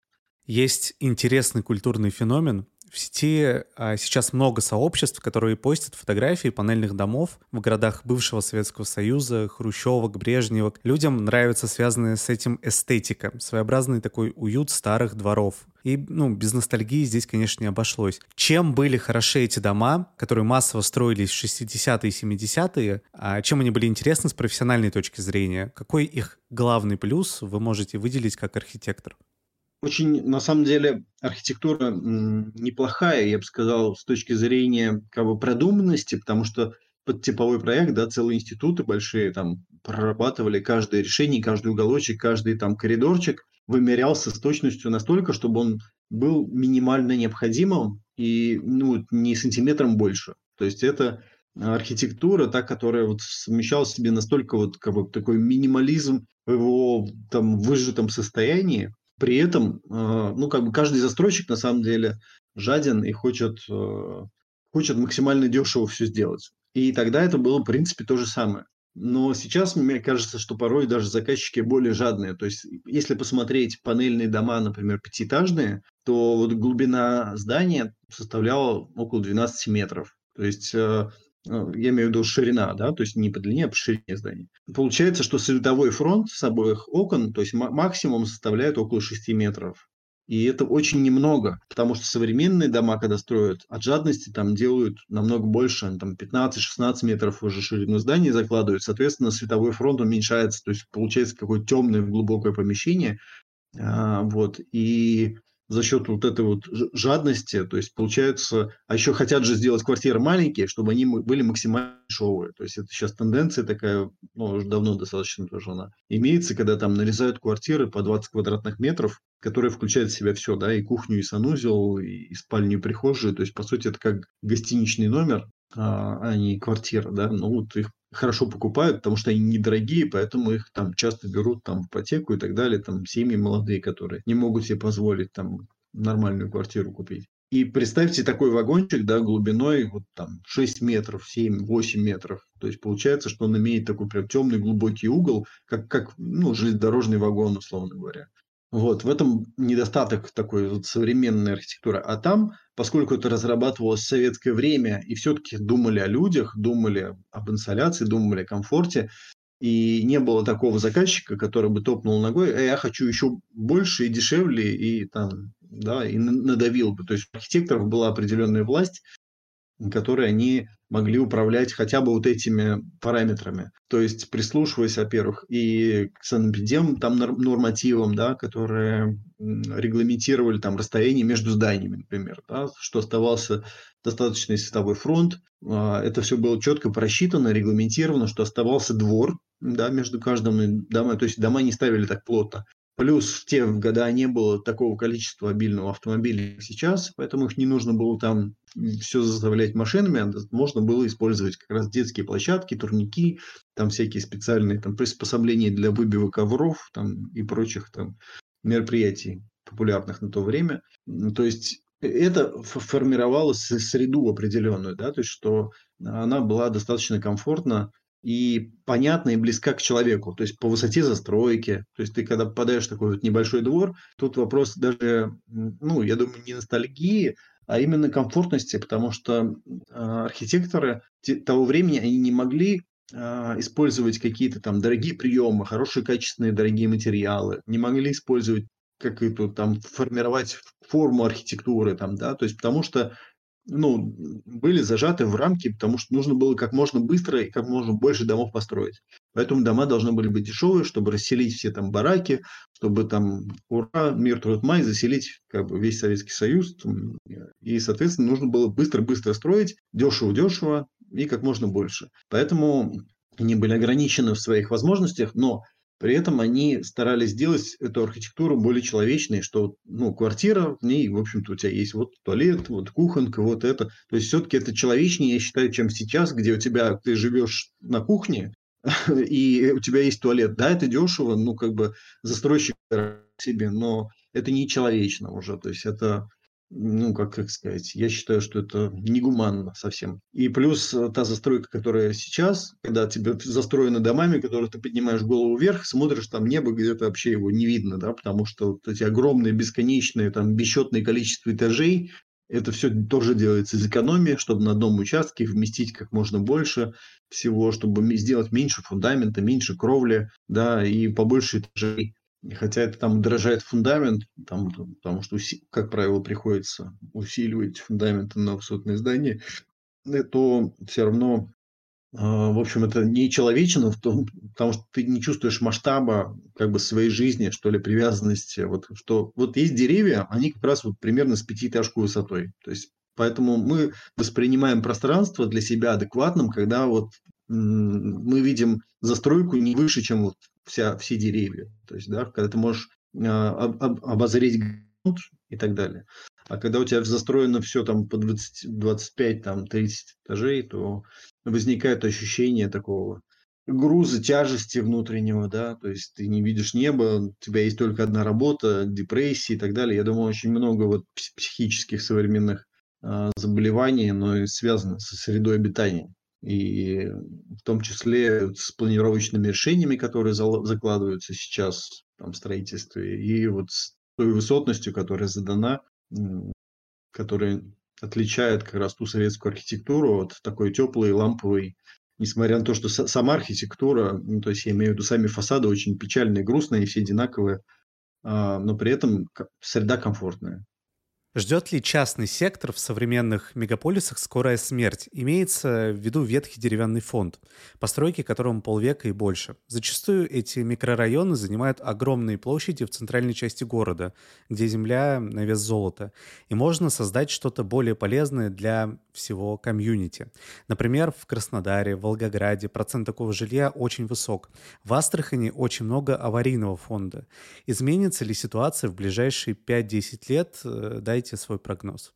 A: Есть интересный культурный феномен. В сети а, сейчас много сообществ, которые постят фотографии панельных домов в городах бывшего Советского Союза, хрущевок, брежневок. Людям нравится связанная с этим эстетика, своеобразный такой уют старых дворов. И, ну, без ностальгии здесь, конечно, не обошлось. Чем были хороши эти дома, которые массово строились в шестидесятые и семидесятые, а чем они были интересны с профессиональной точки зрения? Какой их главный плюс вы можете выделить как архитектор?
B: Очень, на самом деле, архитектура м, неплохая, я бы сказал, с точки зрения как бы продуманности, потому что под типовой проект, да, целые институты большие там прорабатывали каждое решение, каждый уголочек, каждый там коридорчик вымерялся с точностью настолько, чтобы он был минимально необходимым и, ну, не сантиметром больше. То есть это архитектура, та, которая вот совмещала в себе настолько вот как бы такой минимализм в его там выжатом состоянии. При этом, э, ну, как бы каждый застройщик на самом деле жаден и хочет, э, хочет максимально дешево все сделать. И тогда это было, в принципе, то же самое. Но сейчас мне кажется, что порой даже заказчики более жадные. То есть, если посмотреть панельные дома, например, пятиэтажные, то вот глубина здания составляла около двенадцати метров. То есть, э, э, я имею в виду ширина, да, то есть не по длине, а по ширине здания. Получается, что световой фронт с обоих окон, то есть ма- максимум составляет около шести метров. И это очень немного, потому что современные дома, когда строят, от жадности там делают намного больше, там пятнадцать-шестнадцать метров уже ширину здания закладывают, соответственно, световой фронт уменьшается, то есть получается какое-то темное глубокое помещение, а, вот. И за счет вот этой вот ж- жадности, то есть получается, а еще хотят же сделать квартиры маленькие, чтобы они м- были максимально дешевые. То есть это сейчас тенденция такая, ну, уже давно достаточно тоже она имеется, когда там нарезают квартиры по двадцать квадратных метров, которые включают в себя все, да, и кухню, и санузел, и, и спальню, и прихожую. То есть, по сути, это как гостиничный номер, а, а не квартира, да. Ну, вот их хорошо покупают, потому что они недорогие, поэтому их там часто берут там в ипотеку и так далее, там семьи молодые, которые не могут себе позволить там нормальную квартиру купить. И представьте такой вагончик, да, глубиной вот там шесть метров, семь-восемь метров. То есть получается, что он имеет такой прям темный глубокий угол, как, как ну, железнодорожный вагон, условно говоря. Вот, в этом недостаток такой вот современной архитектуры. А там, поскольку это разрабатывалось в советское время, и все-таки думали о людях, думали об инсоляции, думали о комфорте, и не было такого заказчика, который бы топнул ногой, э, я хочу еще больше и дешевле, и там, да, и надавил бы. То есть у архитекторов была определенная власть, которые они могли управлять хотя бы вот этими параметрами. То есть прислушиваясь, во-первых, и к санэпидем там нормативам, да, которые регламентировали там расстояние между зданиями, например, да, что оставался достаточный световой фронт. А, это все было четко просчитано, регламентировано, что оставался двор, да, между каждым домом. То есть дома не ставили так плотно. Плюс в те года не было такого количества обильного автомобилей, как сейчас, поэтому их не нужно было там все заставлять машинами, а можно было использовать как раз детские площадки, турники, там всякие специальные там, приспособления для выбивок ковров там, и прочих там, мероприятий, популярных на то время. То есть это формировало среду определенную, да, то есть что она была достаточно комфортна и понятна и близка к человеку, то есть по высоте застройки. То есть ты когда попадаешь в такой вот небольшой двор, тут вопрос даже, ну, я думаю, не ностальгии, а именно комфортности, потому что а, архитекторы того времени они не могли а, использовать какие-то там дорогие приемы, хорошие качественные дорогие материалы, не могли использовать какую-то там формировать форму архитектуры там, да, то есть потому что ну, были зажаты в рамки, потому что нужно было как можно быстро и как можно больше домов построить. Поэтому дома должны были быть дешевые, чтобы расселить все там бараки, чтобы там ура, мир, труд, май, заселить как бы весь Советский Союз. Там, и, соответственно, нужно было быстро-быстро строить, дешево-дешево и как можно больше. Поэтому они были ограничены в своих возможностях, но При этом они старались сделать эту архитектуру более человечной, что, ну, квартира, в ней, в общем-то, у тебя есть вот туалет, вот кухонка, вот это. То есть все-таки это человечнее, я считаю, чем сейчас, где у тебя ты живешь на кухне, и у тебя есть туалет. Да, это дешево, ну, как бы застройщик себе, но это не человечно уже. То есть это, ну, как, как сказать, я считаю, что это негуманно совсем. И плюс э, та застройка, которая сейчас, когда тебе застроены домами, которые ты поднимаешь голову вверх, смотришь, там небо где-то вообще его не видно, да, потому что вот эти огромные, бесконечные, там, бесчетное количество этажей, это все тоже делается из экономии, чтобы на одном участке вместить как можно больше всего, чтобы ми- сделать меньше фундамента, меньше кровли, да, и побольше этажей. И хотя это там дорожает фундамент, там, потому что, уси- как правило, приходится усиливать фундаменты на высотные здания, э, то все равно, а, в общем, это не человечно, в том, потому что ты не чувствуешь масштаба как бы своей жизни, что ли, привязанности. Вот, что, вот есть деревья, они как раз вот примерно с пятиэтажку высотой. То есть, поэтому мы воспринимаем пространство для себя адекватным, когда вот м, мы видим застройку не выше, чем вот вся, все деревья. То есть, да, когда ты можешь а, об- об- обозреть грунт и так далее. А когда у тебя застроено все там по двадцать, двадцать пять, там, тридцать этажей, то возникает ощущение такого груза, тяжести внутреннего, да, то есть ты не видишь неба, у тебя есть только одна работа, депрессии и так далее. Я думаю, очень много вот пс- психических современных а, заболеваний, но и связано со средой обитания. И в том числе с планировочными решениями, которые зал- закладываются сейчас там, в строительстве, и вот с той высотностью, которая задана, м, которая отличает как раз ту советскую архитектуру от такой теплой, ламповой, несмотря на то, что са- сама архитектура, ну, то есть я имею в виду сами фасады очень печальные, грустные, все одинаковые, а, но при этом ка- среда комфортная.
A: Ждет ли частный сектор в современных мегаполисах скорая смерть? Имеется в виду ветхий деревянный фонд, постройки которому полвека и больше. Зачастую эти микрорайоны занимают огромные площади в центральной части города, где земля на вес золота, и можно создать что-то более полезное для всего комьюнити. Например, в Краснодаре, Волгограде процент такого жилья очень высок. В Астрахани очень много аварийного фонда. Изменится ли ситуация в ближайшие пять-десять лет? Э, Дайте свой прогноз.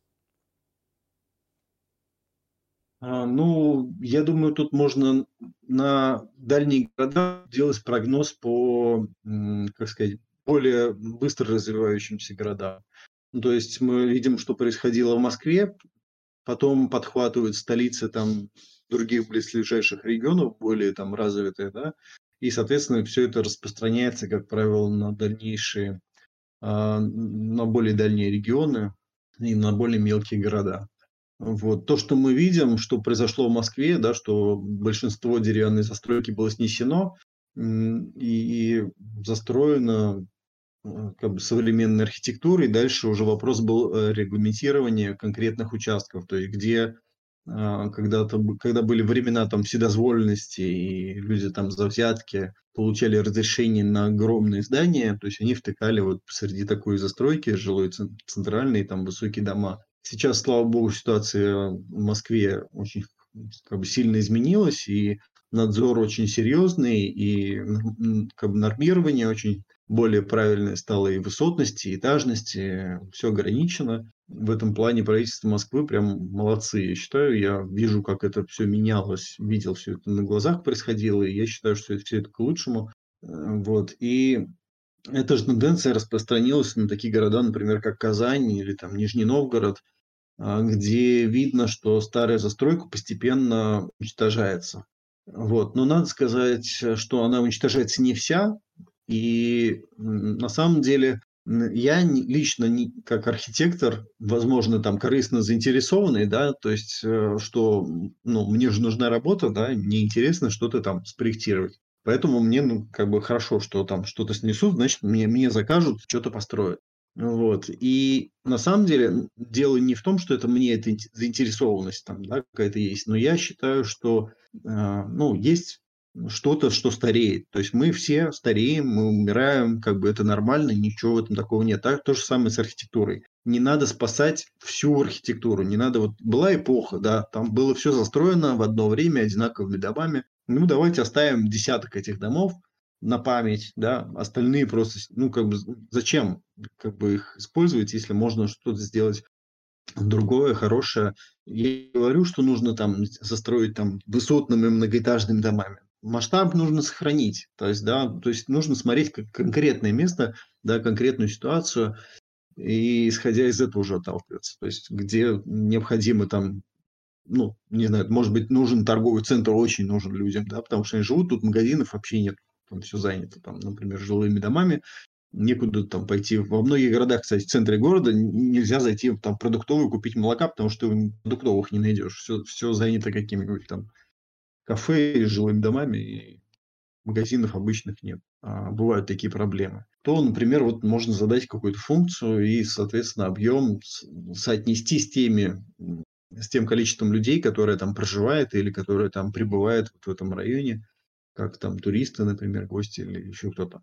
B: А, ну, я думаю, тут можно на дальние года делать прогноз по, м, как сказать, более быстро развивающимся городам. Ну, то есть мы видим, что происходило в Москве, потом подхватывают столицы там других близлежащих регионов, более там развитые, да, и, соответственно, все это распространяется, как правило, на дальнейшие, а, на более дальние регионы и на более мелкие города. Вот. То, что мы видим, что произошло в Москве, да, что большинство деревянной застройки было снесено м, и застроено э, как бы современной архитектурой. Дальше уже вопрос был э, регламентирования конкретных участков, то есть где а, когда-то, б- когда были времена там вседозволенности и люди там за взятки получали разрешение на огромные здания, то есть они втыкали вот посреди такой застройки жилой цен- центральные там высокие дома. Сейчас, слава богу, ситуация в Москве очень как бы сильно изменилась, и надзор очень серьезный, и м, как бы нормирование очень более правильное стало, и высотности, и этажности, все ограничено. В этом плане правительство Москвы прям молодцы, я считаю. Я вижу, как это все менялось, видел все это на глазах происходило, и я считаю, что это все это к лучшему. Э, Вот. И эта же тенденция распространилась на такие города, например, как Казань или там Нижний Новгород, а, где видно, что старая застройка постепенно уничтожается. Вот. Но надо сказать, э, что она уничтожается не вся, и м, на самом деле м, я не- лично не- как архитектор, возможно, там корыстно заинтересованный, да, то есть, э, что, м, ну, мне же нужна работа, да, и мне интересно что-то там спроектировать. Поэтому мне, ну, как бы хорошо, что там что-то снесут, значит, мне, мне закажут, что-то построят. Вот. И на самом деле м, дело не в том, что это мне эта инте- заинтересованность там, да, какая-то есть, но я считаю, что а, ну, есть что-то, что стареет. То есть мы все стареем, мы умираем, как бы это нормально, ничего в этом такого нет. Так, то же самое с архитектурой. Не надо спасать всю архитектуру, не надо, вот была эпоха, да, там было все застроено в одно время одинаковыми домами. Ну, давайте оставим десяток этих домов, на память, да, остальные просто, с- ну, как бы, з- зачем как бы их использовать, если можно что-то сделать другое, хорошее. Я не говорю, что нужно там застроить там высотными многоэтажными домами. Масштаб нужно сохранить. То есть, да, то есть нужно смотреть как конкретное место, да, конкретную ситуацию, и исходя из этого уже отталкиваться. То есть, где необходимо там, ну, не знаю, может быть, нужен торговый центр, очень нужен людям, да, потому что они живут, тут магазинов вообще нет, там все занято, там, например, жилыми домами, некуда там пойти. Во многих городах, кстати, в центре города н- нельзя зайти в там продуктовую купить молока, потому что ты продуктовых не найдешь. Все, все занято какими-нибудь там кафе, жилыми домами, и магазинов обычных нет. А, бывают такие проблемы. То, например, вот можно задать какую-то функцию и, соответственно, объем с- соотнести с теми, м, с тем количеством людей, которое там проживает или которое там пребывает вот в этом районе, как там туристы, например, гости или еще кто-то.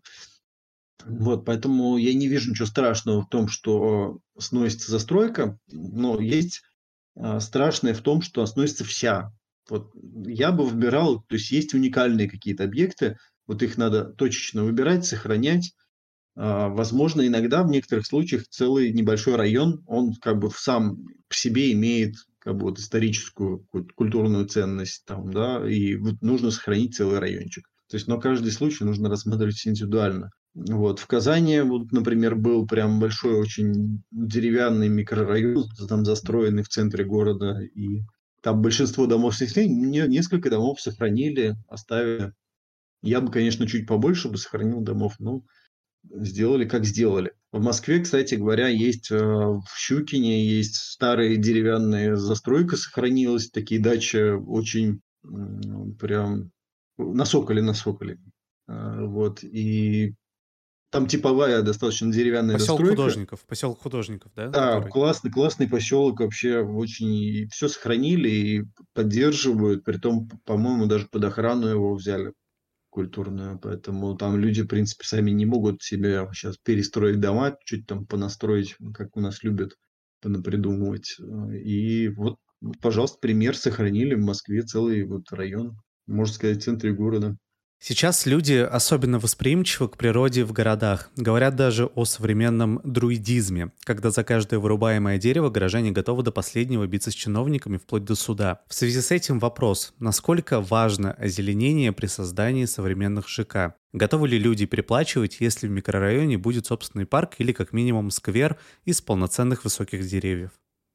B: Вот, поэтому я не вижу ничего страшного в том, что сносится застройка, но есть а, страшное в том, что сносится вся. Вот я бы выбирал, то есть есть уникальные какие-то объекты, вот их надо точечно выбирать, сохранять. А, возможно, иногда в некоторых случаях целый небольшой район, он как бы в сам в себе имеет как бы вот историческую куль- культурную ценность там, да, и вот нужно сохранить целый райончик. То есть, но каждый случай нужно рассматривать индивидуально. Вот. В Казани, вот, например, был прям большой очень деревянный микрорайон, там застроенный в центре города, и там большинство домов снесли, не- несколько домов сохранили, оставили. Я бы, конечно, чуть побольше бы сохранил домов, но сделали, как сделали. В Москве, кстати говоря, есть э, в Щукине есть старые деревянные застройка сохранилась, такие дачи очень м, прям на Соколе, на Соколе. А, Вот, и там типовая достаточно деревянная
A: Поселок
B: застройка.
A: художников, поселок художников, да,
B: Да,
A: который?
B: классный, классный поселок вообще очень. Все сохранили и поддерживают, притом, по-моему, даже под охрану его взяли культурную, поэтому там люди, в принципе, сами не могут себе сейчас перестроить дома, чуть там понастроить, как у нас любят понапридумывать. И вот, пожалуйста, пример сохранили в Москве целый вот район, можно сказать, в центре города.
A: Сейчас люди особенно восприимчивы к природе в городах. Говорят даже о современном друидизме, когда за каждое вырубаемое дерево горожане готовы до последнего биться с чиновниками вплоть до суда. В связи с этим вопрос, насколько важно озеленение при создании современных ЖК? Готовы ли люди переплачивать, если в микрорайоне будет собственный парк или как минимум сквер из полноценных высоких деревьев?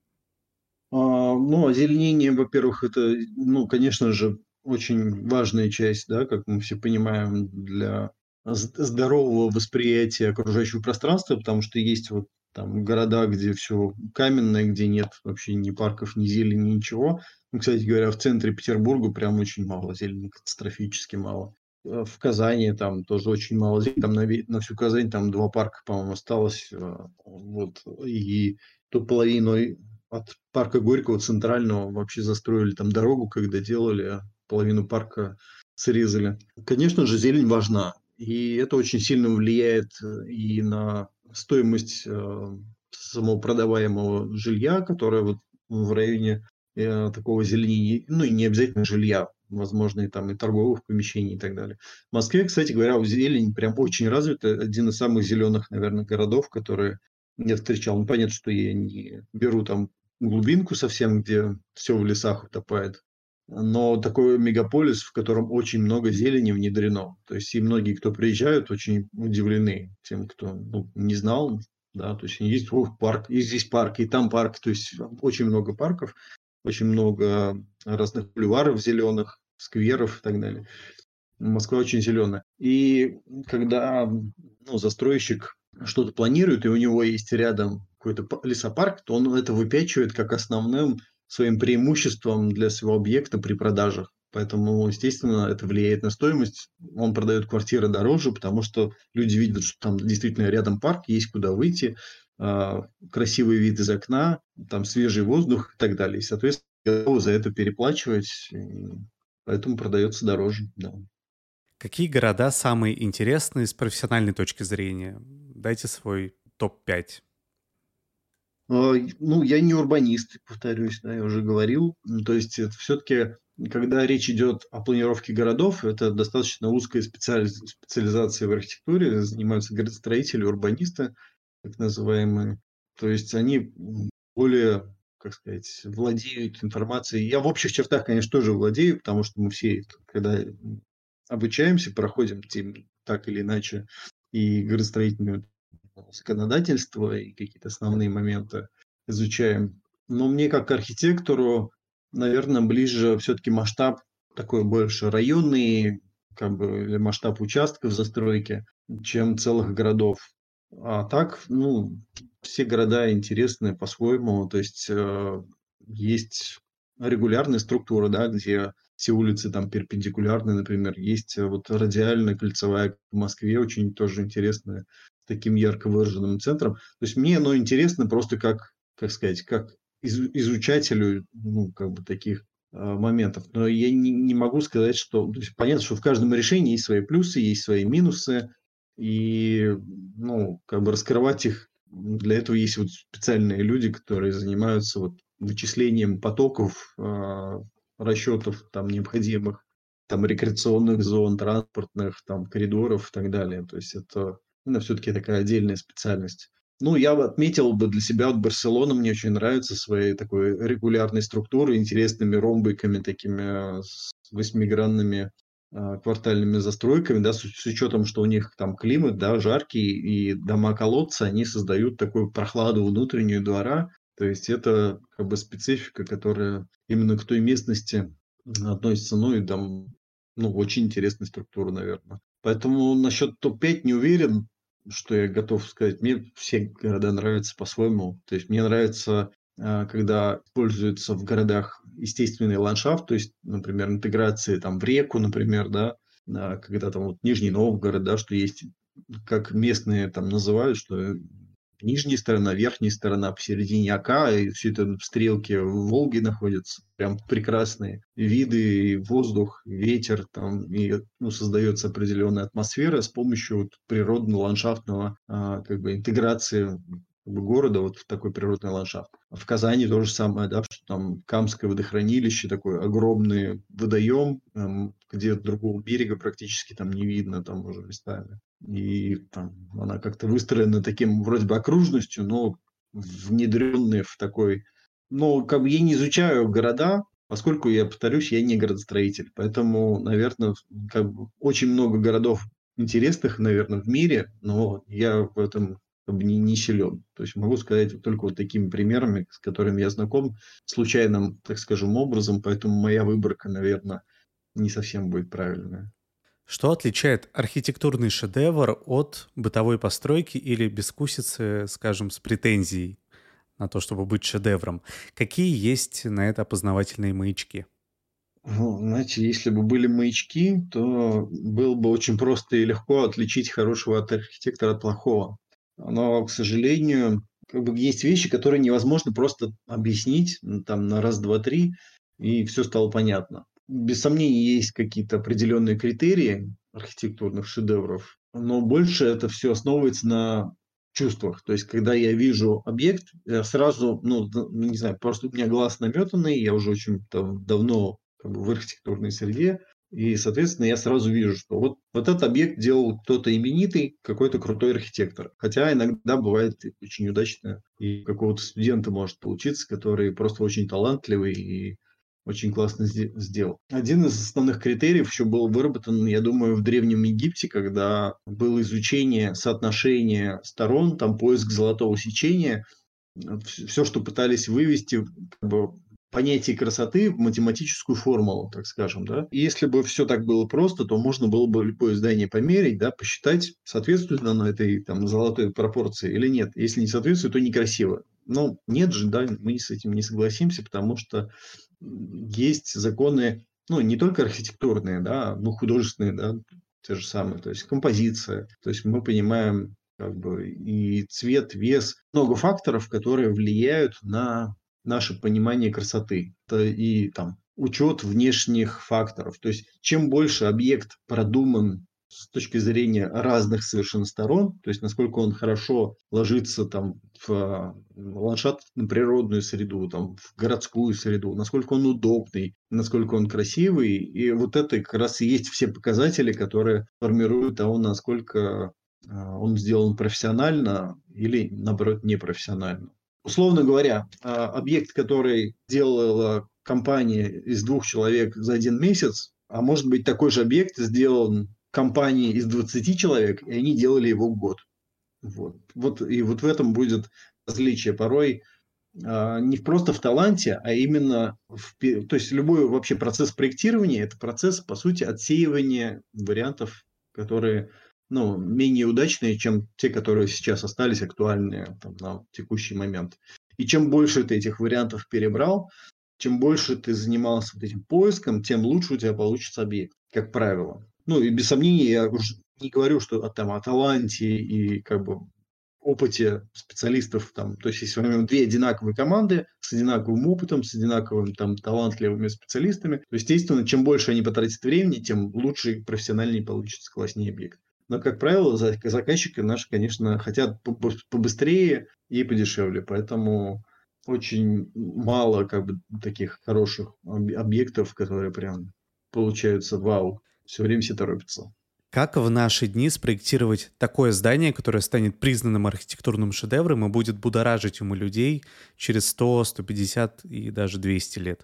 B: А, ну, озеленение, во-первых, это, ну, конечно же, очень важная часть, да, как мы все понимаем, для з- здорового восприятия окружающего пространства, потому что есть вот там города, где все каменное, где нет вообще ни парков, ни зелени, ничего. Ну, кстати говоря, в центре Петербурга прям очень мало зелени, катастрофически мало. Э, В Казани там тоже очень мало зелени, там на, ве- на всю Казань там два парка, по-моему, осталось. э, Вот, и то половиной от парка Горького центрального вообще застроили там дорогу, когда делали, а половину парка срезали. Конечно же, зелень важна, и это очень сильно влияет э, и на стоимость э, самого продаваемого жилья, которое вот в районе э, такого зеленения, ну и не обязательно жилья, возможно, и там и торговых помещений и так далее. В Москве, кстати говоря, зелень прям очень развита, один из самых зеленых, наверное, городов, которые я встречал. Ну, понятно, что я не беру там глубинку совсем, где все в лесах утопает. Но такой мегаполис, в котором очень много зелени внедрено. То есть и многие, кто приезжают, очень удивлены тем, кто ну, не знал. Да, то есть есть о, парк, и здесь парк, и там парк. То есть очень много парков, очень много разных бульваров зеленых, скверов и так далее. Москва очень зеленая. И когда ну, застройщик что-то планирует, и у него есть рядом какой-то п- лесопарк, то он это выпячивает как основным своим преимуществом для своего объекта при продажах. Поэтому, естественно, это влияет на стоимость. Он продает квартиры дороже, потому что люди видят, что там действительно рядом парк, есть куда выйти, а, красивый вид из окна, там свежий воздух и так далее. И, соответственно, готовы за это переплачивать, и поэтому продается дороже. Да.
A: Какие города самые интересные с профессиональной точки зрения? Дайте свой топ пять.
B: А, ну, я не урбанист, повторюсь, да, я уже говорил. Ну, то есть это все-таки когда речь идет о планировке городов, это достаточно узкая специаль- специализация в архитектуре, занимаются градостроители, урбанисты, так называемые. То есть они м, более, как сказать, владеют информацией. Я в общих чертах, конечно, тоже владею, потому что мы все, когда м, обучаемся, проходим тем, так или иначе и градостроительное законодательство, и какие-то основные моменты изучаем. Но мне как архитектору, наверное, ближе все-таки масштаб такой больше районный, как бы, или масштаб участков застройки, чем целых городов. А так, ну, все города интересны по-своему. То есть э, есть регулярная структура, да, где все улицы там перпендикулярны, например. Есть э, вот радиальная кольцевая в Москве, очень тоже интересная, с таким ярко выраженным центром. То есть мне оно интересно просто как, как сказать, как из- изучателю, ну, как бы таких э, моментов. Но я не, не могу сказать, что... То есть понятно, что в каждом решении есть свои плюсы, есть свои минусы, и, ну, как бы раскрывать их, для этого есть вот специальные люди, которые занимаются вот вычислением потоков, а, расчетов там необходимых, там рекреационных зон, транспортных, там коридоров и так далее. То есть это, ну, все-таки такая отдельная специальность. Ну, я бы отметил бы для себя, вот Барселона мне очень нравится своей такой регулярной структурой, интересными ромбиками такими, с восьмигранными а, квартальными застройками, да, с, с учетом, что у них там климат, да, жаркий, и дома-колодцы, они создают такую прохладу внутреннюю двора. То есть это как бы специфика, которая именно к той местности относится, ну и там, ну, очень интересная структура, наверное. Поэтому насчет топ пять не уверен, что я готов сказать. Мне все города нравятся по-своему. То есть мне нравится, а, когда используется в городах естественный ландшафт, то есть, например, интеграции там в реку, например, да, а, когда там вот Нижний Новгород, да, что есть, как местные там называют, что нижняя сторона, верхняя сторона, посередине ока, и все это в стрелке в Волге находятся. Прям прекрасные виды, и воздух, и ветер, там, и ну, создается определенная атмосфера с помощью вот природно-ландшафтного а, как бы интеграции как бы, города вот в такой природный ландшафт. А в Казани то же самое, да, что там Камское водохранилище, такой огромный водоем, эм, где другого берега практически там не видно, там уже местами. И там она как-то выстроена таким вроде бы окружностью, но внедренная в такой... Ну, как бы я не изучаю города, поскольку, я повторюсь, я не градостроитель. Поэтому, наверное, как бы очень много городов интересных, наверное, в мире, но я в этом как бы не, не силен. То есть могу сказать вот только вот такими примерами, с которыми я знаком, случайным, так скажем, образом, поэтому моя выборка, наверное, не совсем будет правильная.
A: Что отличает архитектурный шедевр от бытовой постройки или безвкусицы, скажем, с претензией на то, чтобы быть шедевром? Какие есть на это опознавательные маячки?
B: Ну, знаете, если бы были маячки, то было бы очень просто и легко отличить хорошего от архитектора от плохого. Но, к сожалению, как бы есть вещи, которые невозможно просто объяснить м, там на раз, два, три, и все стало понятно. Без сомнений, есть какие-то определенные критерии архитектурных шедевров, но больше это все основывается на чувствах. То есть, когда я вижу объект, я сразу, ну, д- не знаю, просто у меня глаз наметанный, я уже очень там давно как бы в архитектурной среде, и, соответственно, я сразу вижу, что вот, вот этот объект делал кто-то именитый, какой-то крутой архитектор. Хотя иногда бывает и очень удачно, и у какого-то студента может получиться, который просто очень талантливый и очень классно сде- сделал. Один из основных критериев еще был выработан, я думаю, в Древнем Египте, когда было изучение соотношения сторон, там поиск золотого сечения, все, что пытались вывести как бы, понятие красоты в математическую формулу, так скажем, да. И если бы все так было просто, то можно было бы любое здание померить, да, посчитать, соответствует ли оно этой там золотой пропорции или нет. Если не соответствует, то некрасиво. Но нет же, да, мы с этим не согласимся, потому что есть законы, ну, не только архитектурные, да, но художественные, да, те же самые, то есть композиция. То есть мы понимаем как бы и цвет, вес, много факторов, которые влияют на наше понимание красоты. Это и там учет внешних факторов. То есть чем больше объект продуман с точки зрения разных совершенно сторон, то есть насколько он хорошо ложится там в ландшафтно-природную среду, там, в городскую среду, насколько он удобный, насколько он красивый. И вот это как раз и есть все показатели, которые формируют того, насколько он сделан профессионально или, наоборот, непрофессионально. Условно говоря, объект, который делала компания из двух человек за один месяц, а может быть такой же объект сделан компанией из двадцати человек, и они делали его год. Вот. Вот, и вот в этом будет различие. Порой а, не просто в таланте, а именно в... То есть любой вообще процесс проектирования – это процесс, по сути, отсеивания вариантов, которые ну, менее удачные, чем те, которые сейчас остались актуальны там, на текущий момент. И чем больше ты этих вариантов перебрал, чем больше ты занимался вот этим поиском, тем лучше у тебя получится объект, как правило. Ну и без сомнения, я уже не говорю, что там, о таланте и как бы опыте специалистов. Там, то есть, если мы возьмем две одинаковые команды с одинаковым опытом, с одинаковыми там, талантливыми специалистами, то, естественно, чем больше они потратят времени, тем лучше и профессиональнее получится класснее объект. Но, как правило, заказчики наши, конечно, хотят побыстрее и подешевле. Поэтому очень мало как бы, таких хороших объектов, которые прям получаются вау. Все время все торопятся.
A: Как в наши дни спроектировать такое здание, которое станет признанным архитектурным шедевром и будет будоражить умы людей через сто, сто пятьдесят и даже двести лет?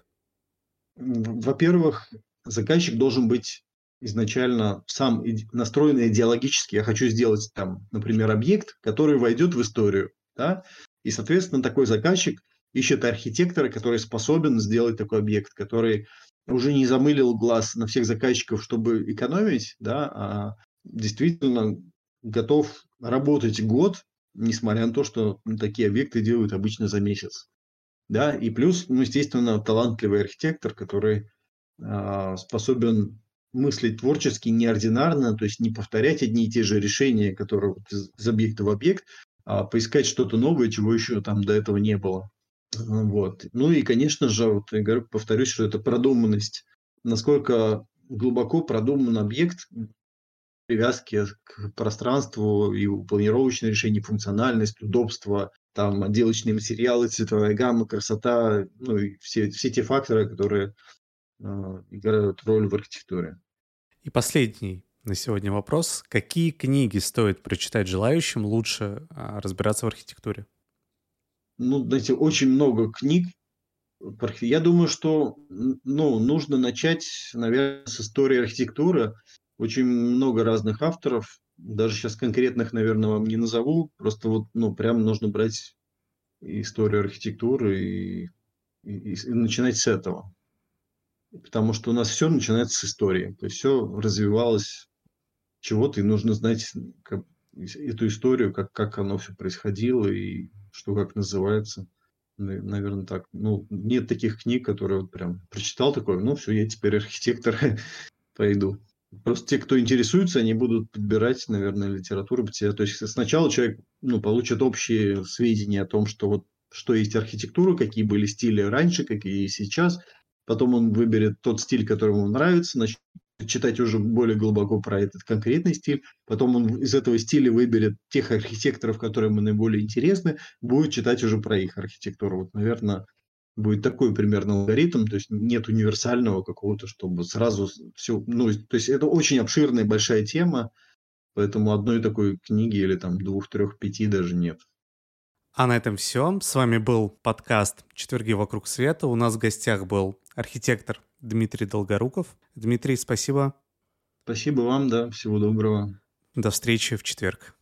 B: Во-первых, заказчик должен быть изначально сам настроен идеологически. Я хочу сделать там, например, объект, который войдет в историю. Да? И, соответственно, такой заказчик ищет архитектора, который способен сделать такой объект, который уже не замылил глаз на всех заказчиков, чтобы экономить, да, а действительно готов работать год, несмотря на то, что ну, такие объекты делают обычно за месяц. Да, и плюс, ну, естественно, талантливый архитектор, который э, способен мыслить творчески, неординарно, то есть не повторять одни и те же решения, которые вот из, из объекта в объект, а поискать что-то новое, чего еще там до этого не было. Вот. Ну и, конечно же, вот, я говорю, повторюсь, что это продуманность. Насколько глубоко продуман объект, привязки к пространству, и планировочное решение, функциональность, удобство, там, отделочные материалы, цветовая гамма, красота, ну и все, все те факторы, которые э, играют роль в архитектуре.
A: И последний на сегодня вопрос. Какие книги стоит прочитать желающим лучше а, разбираться в архитектуре?
B: Ну, знаете, очень много книг. Я думаю, что ну, нужно начать, наверное, с истории архитектуры. Очень много разных авторов. Даже сейчас конкретных, наверное, вам не назову. Просто вот, ну, прям нужно брать историю архитектуры и, и, и начинать с этого. Потому что у нас все начинается с истории. То есть все развивалось чего-то, и нужно знать как, эту историю, как, как оно все происходило и что как называется. Наверное, так. Ну, нет таких книг, которые вот прям прочитал такой, ну, все, я теперь архитектор, пойду. Просто те, кто интересуется, они будут подбирать, наверное, литературу по тебе. То есть сначала человек ну, получит общие сведения о том, что вот что есть архитектура, какие были стили раньше, какие сейчас. Потом он выберет тот стиль, который ему нравится, начнет читать уже более глубоко про этот конкретный стиль. Потом он из этого стиля выберет тех архитекторов, которые ему наиболее интересны, будет читать уже про их архитектуру. Вот, наверное, будет такой примерно алгоритм, то есть нет универсального какого-то, чтобы сразу все, ну, то есть это очень обширная большая тема, поэтому одной такой книги или там двух, трех, пяти даже нет.
A: А на этом все. С вами был подкаст «Четверги вокруг света». У нас в гостях был архитектор Дмитрий Долгоруков. Дмитрий, спасибо.
B: Спасибо вам, да, всего доброго.
A: До встречи в четверг.